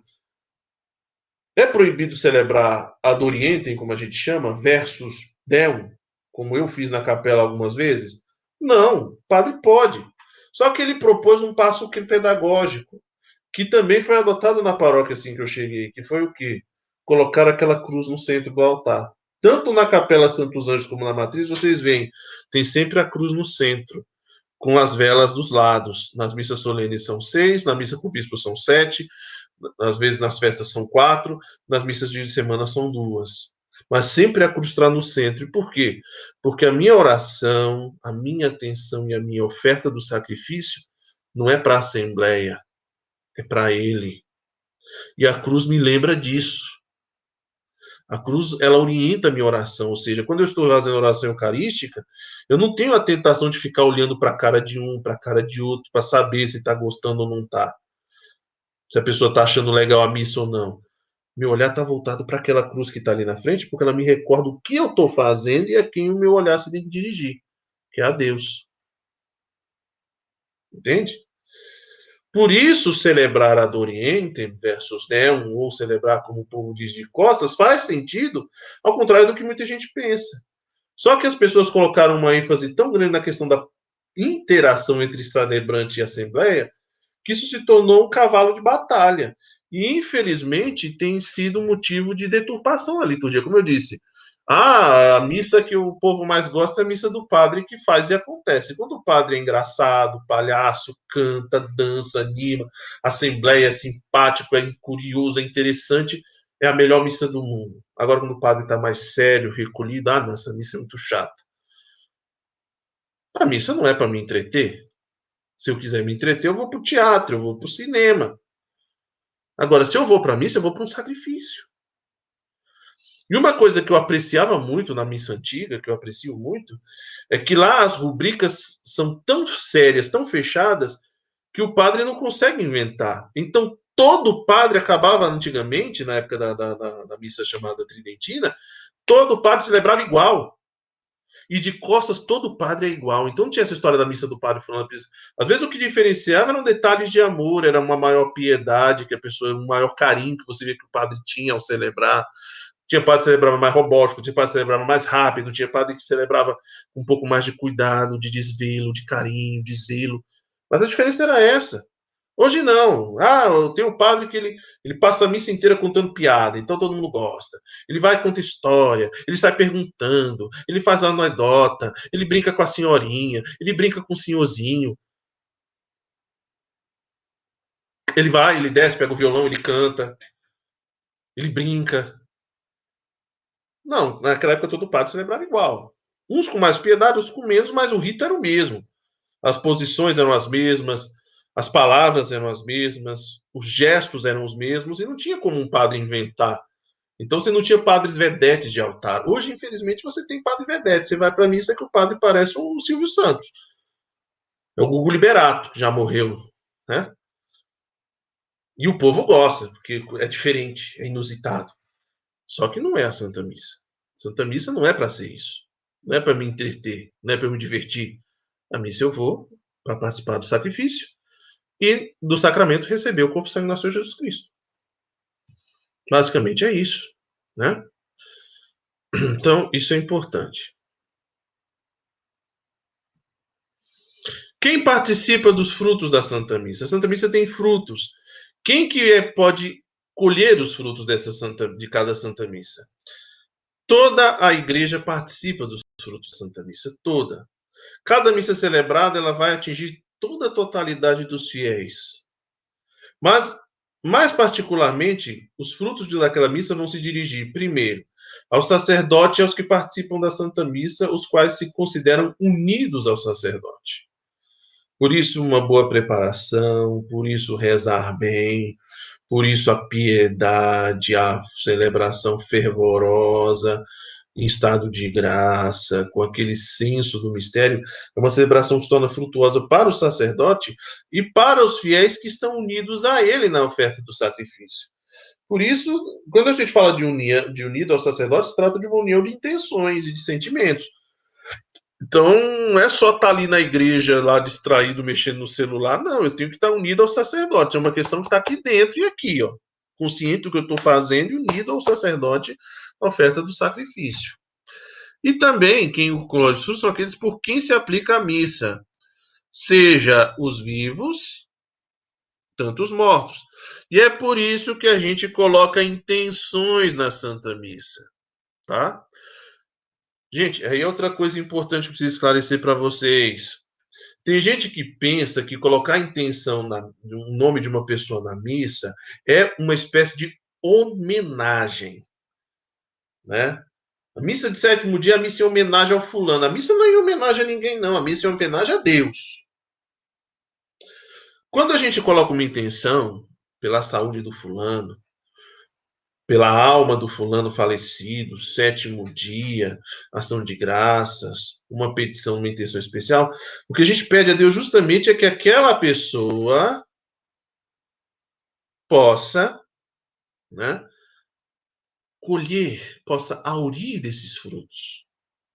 É proibido celebrar ad orientem, como a gente chama, versus Deum. como eu fiz na capela algumas vezes? Não, o padre pode. Só que ele propôs um passo pedagógico, que também foi adotado na paróquia assim que eu cheguei, que foi o quê? Colocar aquela cruz no centro do altar. Tanto na Capela Santos Anjos como na Matriz, vocês veem, tem sempre a cruz no centro, com as velas dos lados. Nas missas solenes são seis, na missa com o bispo são sete, às vezes nas festas são quatro, nas missas de semana são duas. Mas sempre a cruz está no centro. E por quê? Porque a minha oração, a minha atenção e a minha oferta do sacrifício não é para a Assembleia, é para Ele. E a cruz me lembra disso. A cruz, ela orienta a minha oração, ou seja, quando eu estou fazendo oração eucarística, eu não tenho a tentação de ficar olhando para a cara de um, para a cara de outro, para saber se está gostando ou não está. Se a pessoa está achando legal a missa ou não. Meu olhar está voltado para aquela cruz que está ali na frente, porque ela me recorda o que eu estou fazendo e a quem o meu olhar se tem que dirigir, que é a Deus. Entende? Por isso, celebrar ad orientem versus Deum, ou celebrar, como o povo diz, de costas, faz sentido, ao contrário do que muita gente pensa. Só que as pessoas colocaram uma ênfase tão grande na questão da interação entre celebrante e assembleia, que isso se tornou um cavalo de batalha. E, infelizmente, tem sido motivo de deturpação da liturgia. Como eu disse, ah, a missa que o povo mais gosta é a missa do padre, que faz e acontece. Quando o padre é engraçado, palhaço, canta, dança, anima, a assembleia é simpático, é curioso, é interessante, é a melhor missa do mundo. Agora, quando o padre está mais sério, recolhido, ah, não, essa missa é muito chata. A missa não é para me entreter. Se eu quiser me entreter, eu vou para o teatro, eu vou para o cinema. Agora, se eu vou para a missa, eu vou para um sacrifício. E uma coisa que eu apreciava muito na missa antiga, que eu aprecio muito, é que lá as rubricas são tão sérias, tão fechadas, que o padre não consegue inventar. Então, todo padre acabava antigamente, na época da, da, da, da missa chamada tridentina, todo padre celebrava igual. E de costas todo padre é igual. Então não tinha essa história da missa do padre falando. Às vezes o que diferenciava eram detalhes de amor, era uma maior piedade que a pessoa, um maior carinho que você via que o padre tinha ao celebrar. Tinha padre que celebrava mais robótico, tinha padre que celebrava mais rápido, tinha padre que celebrava com um pouco mais de cuidado, de desvelo, de carinho, de zelo. Mas a diferença era essa. Hoje não. Ah, eu tenho um padre que ele, ele passa a missa inteira contando piada, então todo mundo gosta. Ele vai e conta história, ele sai perguntando, ele faz uma anedota, ele brinca com a senhorinha, ele brinca com o senhorzinho. Ele vai, ele desce, pega o violão, ele canta, ele brinca. Não, naquela época todo padre celebrava igual. Uns com mais piedade, outros com menos, mas o rito era o mesmo. As posições eram as mesmas, as palavras eram as mesmas, os gestos eram os mesmos, e não tinha como um padre inventar. Então você não tinha padres vedetes de altar. Hoje, infelizmente, você tem padre vedete. Você vai para a missa que o padre parece um Silvio Santos. É o Gugu Liberato, que já morreu. Né? E o povo gosta, porque é diferente, é inusitado. Só que não é a Santa Missa. Santa Missa não é para ser isso. Não é para me entreter, não é para me divertir. A missa eu vou para participar do sacrifício e do sacramento receber o corpo e sangue do Senhor Jesus Cristo. Basicamente é isso, né? Então, isso é importante. Quem participa dos frutos da Santa Missa? A Santa Missa tem frutos. Quem que é, pode colher os frutos dessa Santa, de cada Santa Missa? Toda a igreja participa dos frutos da Santa Missa, toda. Cada missa celebrada, ela vai atingir toda a totalidade dos fiéis. Mas, mais particularmente, os frutos daquela missa vão se dirigir, primeiro, ao sacerdote e aos que participam da Santa Missa, os quais se consideram unidos ao sacerdote. Por isso, uma boa preparação, por isso, rezar bem, por isso, a piedade, a celebração fervorosa, em estado de graça, com aquele senso do mistério, é uma celebração que se torna frutuosa para o sacerdote e para os fiéis que estão unidos a ele na oferta do sacrifício. Por isso, quando a gente fala de, unia, de unido ao sacerdote, se trata de uma união de intenções e de sentimentos. Então, não é só estar ali na igreja, lá distraído, mexendo no celular, não, eu tenho que estar unido ao sacerdote, é uma questão que está aqui dentro e aqui, ó, consciente do que eu estou fazendo e unido ao sacerdote na oferta do sacrifício. E também, quem colhe os frutos são aqueles por quem se aplica a missa, seja os vivos, tanto os mortos. E é por isso que a gente coloca intenções na Santa Missa, tá? Gente, aí outra coisa importante que eu preciso esclarecer para vocês. Tem gente que pensa que colocar a intenção na, no nome de uma pessoa na missa é uma espécie de homenagem, né? A missa de sétimo dia, a missa é homenagem ao fulano. A missa não é em homenagem a ninguém, não. A missa é homenagem a Deus. Quando a gente coloca uma intenção pela saúde do fulano, pela alma do fulano falecido, sétimo dia, ação de graças, uma petição, uma intenção especial, o que a gente pede a Deus justamente é que aquela pessoa possa, né, colher, possa aurir desses frutos.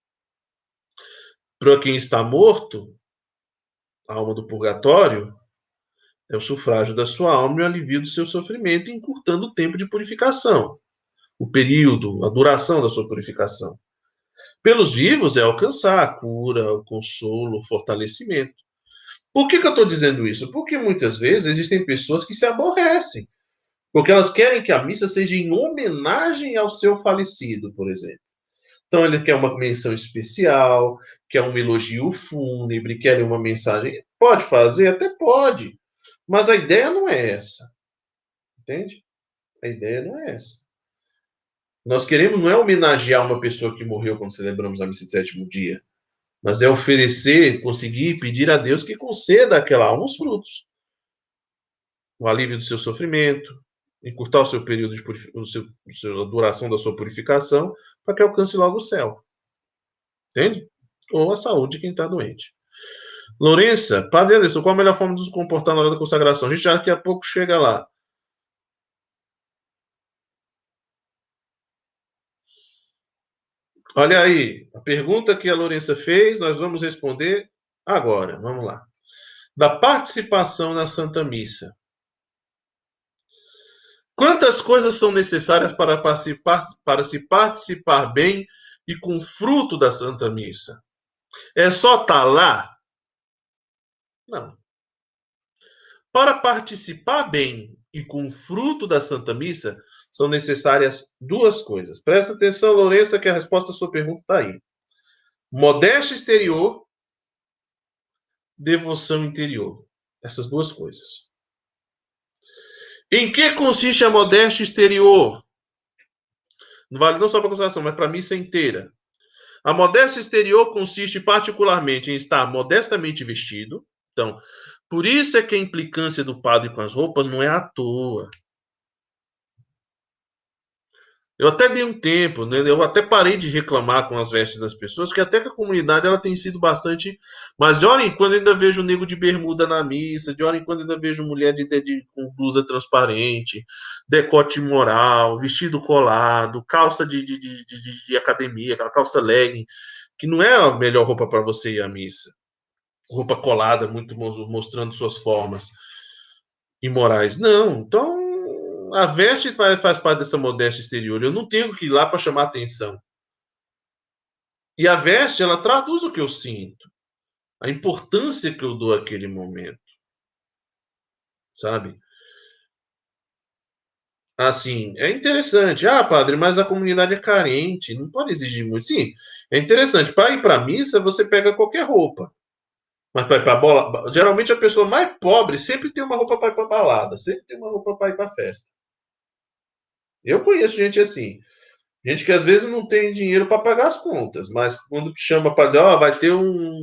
Para quem está morto, a alma do purgatório, é o sufrágio da sua alma e o alivio do seu sofrimento, encurtando o tempo de purificação, o período, a duração da sua purificação. Pelos vivos é alcançar a cura, o consolo, o fortalecimento. Por que, que eu estou dizendo isso? Porque muitas vezes existem pessoas que se aborrecem, porque elas querem que a missa seja em homenagem ao seu falecido, por exemplo. Então ele quer uma menção especial, quer um elogio fúnebre, quer uma mensagem. Pode fazer? Até pode. Mas a ideia não é essa. Entende? A ideia não é essa. Nós queremos não é homenagear uma pessoa que morreu quando celebramos a missa de sétimo dia, mas é oferecer, conseguir pedir a Deus que conceda àquela alma os frutos. O alívio do seu sofrimento, encurtar o seu período de o seu, o seu, a duração da sua purificação, para que alcance logo o céu. Entende? Ou a saúde de quem está doente. Lourença, Padre Anderson, qual a melhor forma de nos comportar na hora da consagração? A gente já daqui a pouco chega lá. Olha aí, a pergunta que a Lourença fez, nós vamos responder agora. Vamos lá. Da participação na Santa Missa. Quantas coisas são necessárias para participar, para se participar bem e com fruto da Santa Missa? É só estar lá? Não. Para participar bem e com fruto da Santa Missa, são necessárias duas coisas. Presta atenção, Lourença, que a resposta à sua pergunta está aí. Modéstia exterior, devoção interior. Essas duas coisas. Em que consiste a modéstia exterior? Não vale não só para a consagração, mas para a missa inteira. A modéstia exterior consiste particularmente em estar modestamente vestido. Então, por isso é que a implicância do padre com as roupas não é à toa. Eu até dei um tempo, né? Eu até parei de reclamar com as vestes das pessoas, que até que a comunidade ela tem sido bastante. Mas de hora em quando eu ainda vejo nego de bermuda na missa, de hora em quando eu ainda vejo mulher de, de, com blusa transparente, decote moral, vestido colado, calça de, de, de, de, de academia, aquela calça legging, que não é a melhor roupa para você ir à missa. Roupa colada, muito mostrando suas formas imorais. Não, então a veste faz, faz parte dessa modéstia exterior. Eu não tenho que ir lá para chamar atenção. E a veste, ela traduz o que eu sinto, a importância que eu dou àquele momento, sabe? Assim, é interessante. Ah, padre, mas a comunidade é carente, não pode exigir muito. Sim, é interessante. Para ir para a missa, você pega qualquer roupa. Mas para ir para bola, geralmente a pessoa mais pobre sempre tem uma roupa para ir para balada, sempre tem uma roupa para ir para festa. Eu conheço gente assim. Gente que às vezes não tem dinheiro para pagar as contas, mas quando chama para dizer, ó, oh, vai ter um,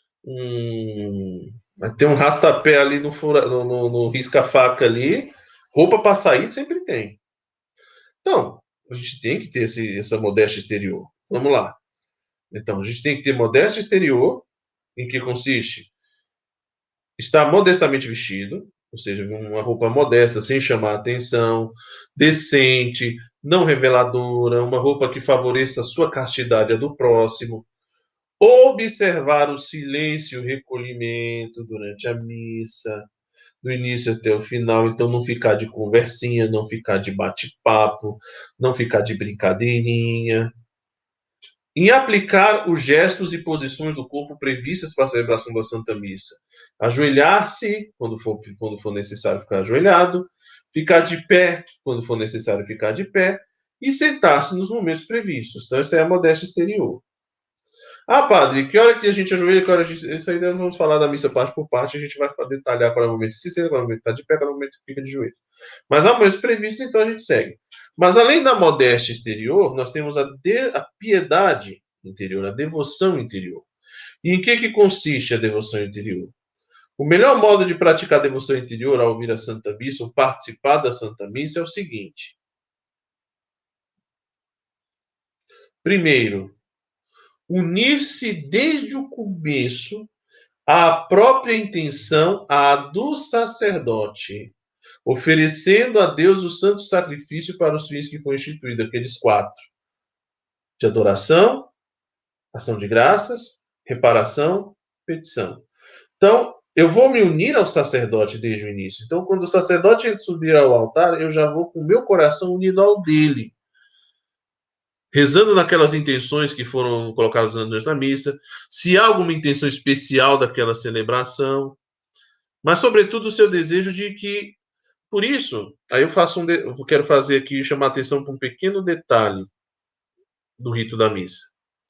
um vai ter um rastapé ali no, fura, no, no, no risca-faca ali, roupa para sair sempre tem. Então, a gente tem que ter esse, essa modéstia exterior. Vamos lá. Então, a gente tem que ter modéstia exterior, em que consiste estar modestamente vestido, ou seja, uma roupa modesta, sem chamar atenção, decente, não reveladora, uma roupa que favoreça a sua castidade a do próximo. Observar o silêncio e o recolhimento durante a missa, do início até o final. Então, não ficar de conversinha, não ficar de bate-papo, não ficar de brincadeirinha. em aplicar os gestos e posições do corpo previstas para a celebração da Santa Missa. Ajoelhar-se, quando for, quando for necessário ficar ajoelhado, ficar de pé, quando for necessário ficar de pé, e sentar-se nos momentos previstos. Então, essa é a modéstia exterior. Ah, padre, que hora que a gente ajoelha, que hora a gente... Isso aí nós vamos falar da missa parte por parte, a gente vai detalhar qual é o momento que se senta, qual é o momento que está de pé, qual é o momento que fica de joelho. Mas há momentos previstos, então a gente segue. Mas além da modéstia exterior, nós temos a, de... a piedade interior, a devoção interior. E em que, que consiste a devoção interior? O melhor modo de praticar a devoção interior ao ouvir a Santa Missa, ou participar da Santa Missa, é o seguinte. Primeiro, unir-se desde o começo à própria intenção, à do sacerdote, oferecendo a Deus o santo sacrifício para os fins que foi instituído, aqueles quatro: de adoração, ação de graças, reparação, petição. Então, eu vou me unir ao sacerdote desde o início. Então, quando o sacerdote subir ao altar, eu já vou com o meu coração unido ao dele, rezando naquelas intenções que foram colocadas na missa, se há alguma intenção especial daquela celebração, mas, sobretudo, o seu desejo de que, por isso, aí eu faço um, de... eu quero fazer aqui, chamar a atenção para um pequeno detalhe do rito da missa.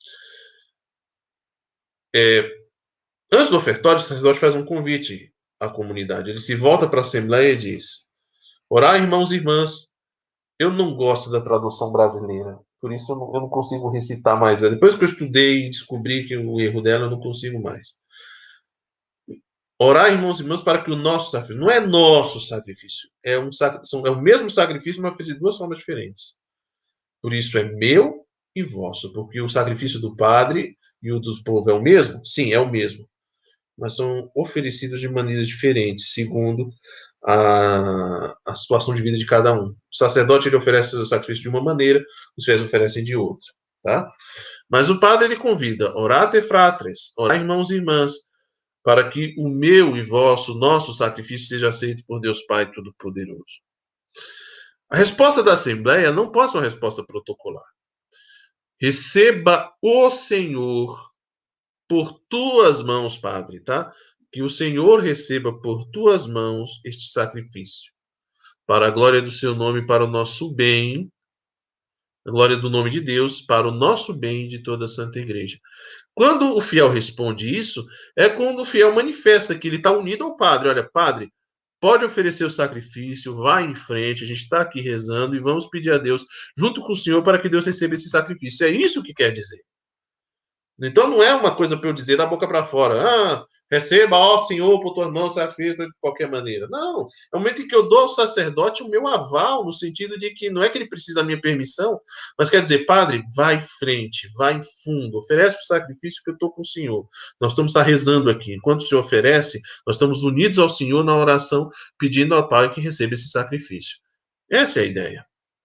É, antes do ofertório, o sacerdote faz um convite à comunidade. Ele se volta para a Assembleia e diz: orai, irmãos e irmãs. Eu não gosto da tradução brasileira, por isso eu não, eu não consigo recitar mais. Depois que eu estudei e descobri que o erro dela, eu não consigo mais. Orar, irmãos e irmãs, para que o nosso sacrifício, não é nosso sacrifício, é, um, é o mesmo sacrifício, mas feito de duas formas diferentes. Por isso é meu e vosso, porque o sacrifício do padre e o do povo é o mesmo? Sim, é o mesmo. Mas são oferecidos de maneiras diferentes, segundo a, a situação de vida de cada um. O sacerdote ele oferece o sacrifício de uma maneira, os fiéis oferecem de outra. Tá? Mas o padre ele convida: orate fratres, orai, irmãos e irmãs, para que o meu e vosso, nosso sacrifício seja aceito por Deus Pai Todo-Poderoso. A resposta da Assembleia não pode ser uma resposta protocolar. Receba o Senhor por tuas mãos, Padre, tá? Que o Senhor receba por tuas mãos este sacrifício, para a glória do seu nome, para o nosso bem, a glória do nome de Deus, para o nosso bem e de toda a Santa Igreja. Quando o fiel responde isso, é quando o fiel manifesta que ele está unido ao Padre. Olha, Padre, pode oferecer o sacrifício, vá em frente, a gente está aqui rezando e vamos pedir a Deus, junto com o Senhor, para que Deus receba esse sacrifício. É isso que quer dizer. Então não é uma coisa para eu dizer da boca para fora: ah, receba, ó Senhor, por tuas mãos sacrifício de qualquer maneira. Não, é o momento em que eu dou ao sacerdote o meu aval, no sentido de que não é que ele precisa da minha permissão, mas quer dizer: Padre, vai em frente, vai em fundo, oferece o sacrifício que eu estou com o Senhor. Nós estamos estar rezando aqui. Enquanto o Senhor oferece, nós estamos unidos ao Senhor na oração, pedindo ao Pai que receba esse sacrifício. Essa é a ideia.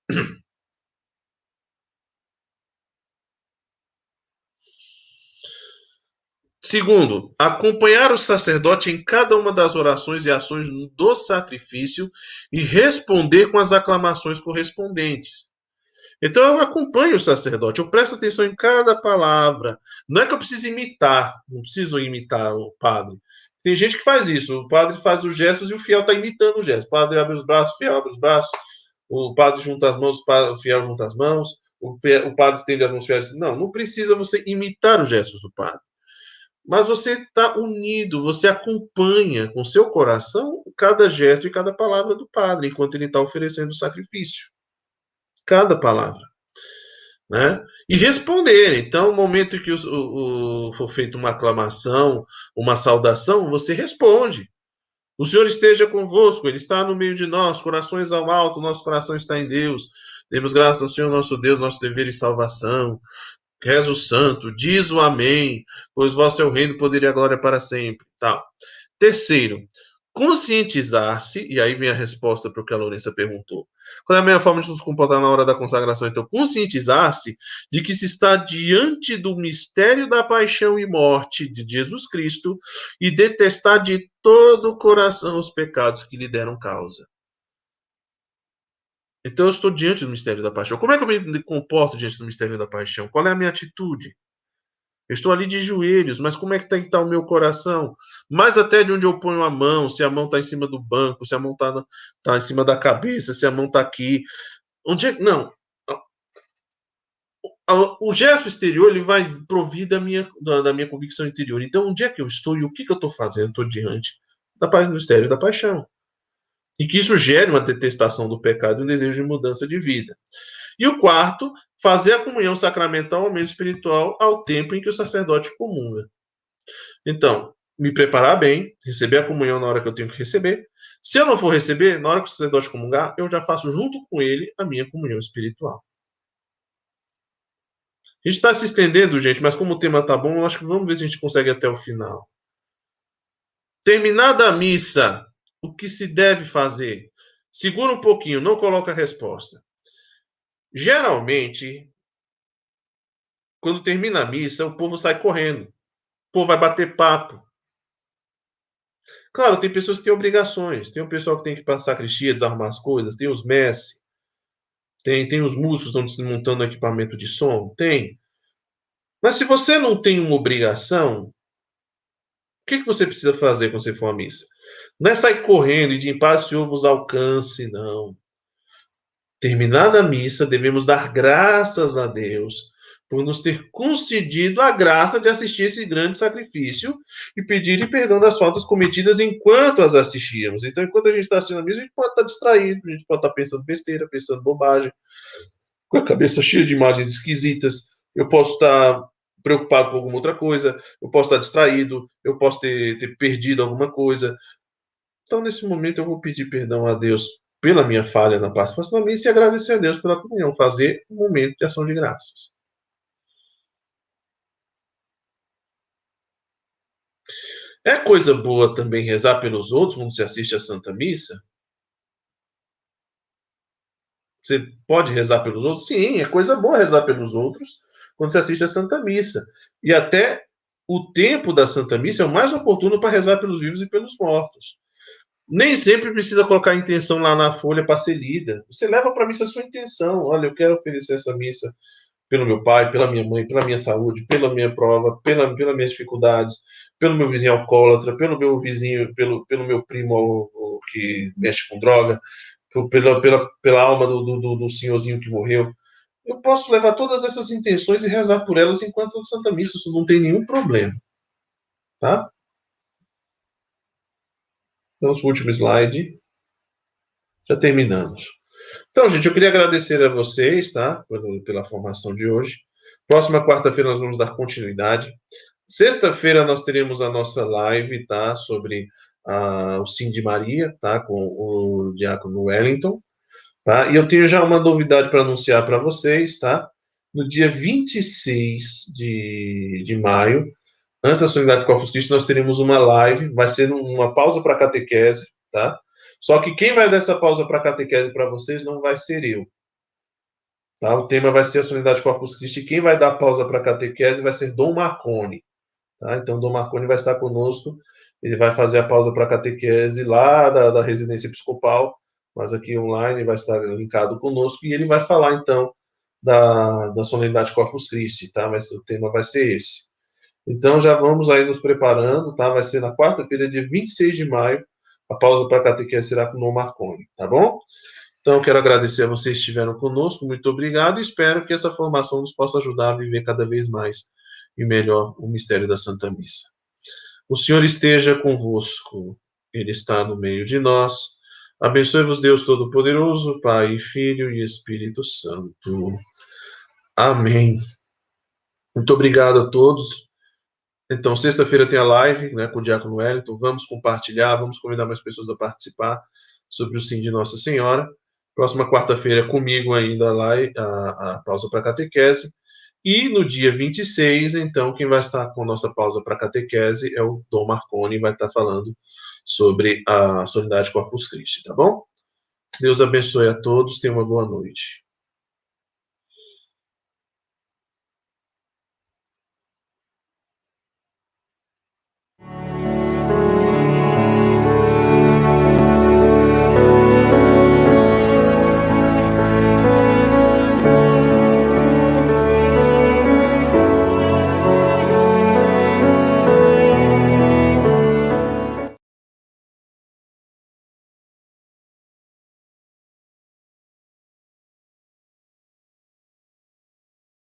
Segundo, acompanhar o sacerdote em cada uma das orações e ações do sacrifício e responder com as aclamações correspondentes. Então eu acompanho o sacerdote, eu presto atenção em cada palavra. Não é que eu preciso imitar, não preciso imitar o padre. Tem gente que faz isso, o padre faz os gestos e o fiel está imitando os gestos. O padre abre os braços, o fiel abre os braços, o padre junta as mãos, o fiel junta as mãos, o padre estende as mãos, fiéis. Não, não precisa você imitar os gestos do padre. Mas você está unido, você acompanha com seu coração cada gesto e cada palavra do padre, enquanto ele está oferecendo o sacrifício. Cada palavra. Né? E responder. Então, no momento que o, o, for feita uma aclamação, uma saudação, você responde. O Senhor esteja convosco, Ele está no meio de nós, corações ao alto, nosso coração está em Deus. Demos graças ao Senhor nosso Deus, nosso dever e salvação. Reza o santo, diz o amém, pois vosso é o reino, poder e a glória para sempre. Tá. Terceiro, conscientizar-se, e aí vem a resposta para o que a Lourença perguntou. Qual é a melhor forma de nos comportar na hora da consagração? Então, conscientizar-se de que se está diante do mistério da paixão e morte de Jesus Cristo e detestar de todo o coração os pecados que lhe deram causa. Então eu estou diante do mistério da paixão. Como é que eu me comporto diante do mistério da paixão? Qual é a minha atitude? Eu estou ali de joelhos, mas como é que tem que estar o meu coração? Mais até de onde eu ponho a mão, se a mão está em cima do banco, se a mão está tá em cima da cabeça, se a mão está aqui. Onde é que. Não. O gesto exterior ele vai provir da minha, da, da minha convicção interior. Então, onde é que eu estou e o que, que eu estou fazendo? Eu estou diante da, do mistério da paixão. E que isso gere uma detestação do pecado e um desejo de mudança de vida. E o quarto, fazer a comunhão sacramental ao meio espiritual ao tempo em que o sacerdote comunga. Então, me preparar bem, receber a comunhão na hora que eu tenho que receber. Se eu não for receber, na hora que o sacerdote comungar, eu já faço junto com ele a minha comunhão espiritual. A gente está se estendendo, gente, mas como o tema tá bom, eu acho que vamos ver se a gente consegue até o final. Terminada a missa, o que se deve fazer? Segura um pouquinho, não coloca a resposta. Geralmente, quando termina a missa, o povo sai correndo. O povo vai bater papo. Claro, tem pessoas que têm obrigações. Tem o pessoal que tem que passar a sacristia, desarrumar as coisas. Tem os mestres. Tem, tem os músicos que estão desmontando equipamento de som. Tem. Mas se você não tem uma obrigação, o que, que você precisa fazer quando você for à missa? Não é sair correndo e de em paz o Senhor vos alcance, não. Terminada a missa, devemos dar graças a Deus por nos ter concedido a graça de assistir esse grande sacrifício e pedir perdão das faltas cometidas enquanto as assistíamos. Então, enquanto a gente está assistindo a missa, a gente pode estar distraído, a gente pode estar pensando besteira, pensando bobagem, com a cabeça cheia de imagens esquisitas. Eu posso estar preocupado com alguma outra coisa, eu posso estar distraído, eu posso ter, ter perdido alguma coisa. Então, nesse momento, eu vou pedir perdão a Deus pela minha falha na participação da missa e agradecer a Deus pela comunhão, fazer um momento de ação de graças. É coisa boa também rezar pelos outros quando se assiste a Santa Missa? Você pode rezar pelos outros? Sim, é coisa boa rezar pelos outros quando se assiste a Santa Missa. E até o tempo da Santa Missa é o mais oportuno para rezar pelos vivos e pelos mortos. Nem sempre precisa colocar a intenção lá na folha para ser lida. Você leva para a missa a sua intenção. Olha, eu quero oferecer essa missa pelo meu pai, pela minha mãe, pela minha saúde, pela minha prova, pela, pelas minhas dificuldades, pelo meu vizinho alcoólatra, pelo meu vizinho, pelo, pelo meu primo o, o, que mexe com droga, pela, pela, pela alma do, do, do senhorzinho que morreu. Eu posso levar todas essas intenções e rezar por elas enquanto Santa Missa. Isso não tem nenhum problema. Tá? Então, o último slide. Já terminamos. Então, gente, eu queria agradecer a vocês, tá? Pela formação de hoje. Próxima quarta-feira nós vamos dar continuidade. Sexta-feira nós teremos a nossa live, tá? Sobre uh, o Sim de Maria, tá? Com o diácono Wellington, tá? E eu tenho já uma novidade para anunciar para vocês, tá? No dia vinte e seis de, de maio, antes da solenidade do Corpus Christi, nós teremos uma live, vai ser uma pausa para catequese, tá? Só que quem vai dar essa pausa para catequese para vocês não vai ser eu. Tá? O tema vai ser a solenidade Corpus Christi. Quem vai dar pausa para catequese vai ser Dom Marconi. Tá? Então, Dom Marconi vai estar conosco. Ele vai fazer a pausa para catequese lá da, da residência episcopal, mas aqui online vai estar linkado conosco. E ele vai falar, então, da, da solenidade Corpus Christi. Tá? Mas o tema vai ser esse. Então, já vamos aí nos preparando. Tá? Vai ser na quarta-feira, dia vinte e seis de maio. A pausa para catequese será com o Dom Marconi, tá bom? Então, quero agradecer a vocês que estiveram conosco, muito obrigado, e espero que essa formação nos possa ajudar a viver cada vez mais e melhor o mistério da Santa Missa. O Senhor esteja convosco, Ele está no meio de nós. Abençoe-vos Deus Todo-Poderoso, Pai, Filho e Espírito Santo. Amém. Muito obrigado a todos. Então, sexta-feira tem a live, né, com o Diácono Wellington. Vamos compartilhar, vamos convidar mais pessoas a participar sobre o Sim de Nossa Senhora. Próxima quarta-feira, comigo ainda lá, a, a pausa para catequese. E no dia vinte e seis, então, quem vai estar com nossa pausa para catequese é o Dom Marconi, vai estar falando sobre a Solenidade Corpus Christi, tá bom? Deus abençoe a todos, tenha uma boa noite.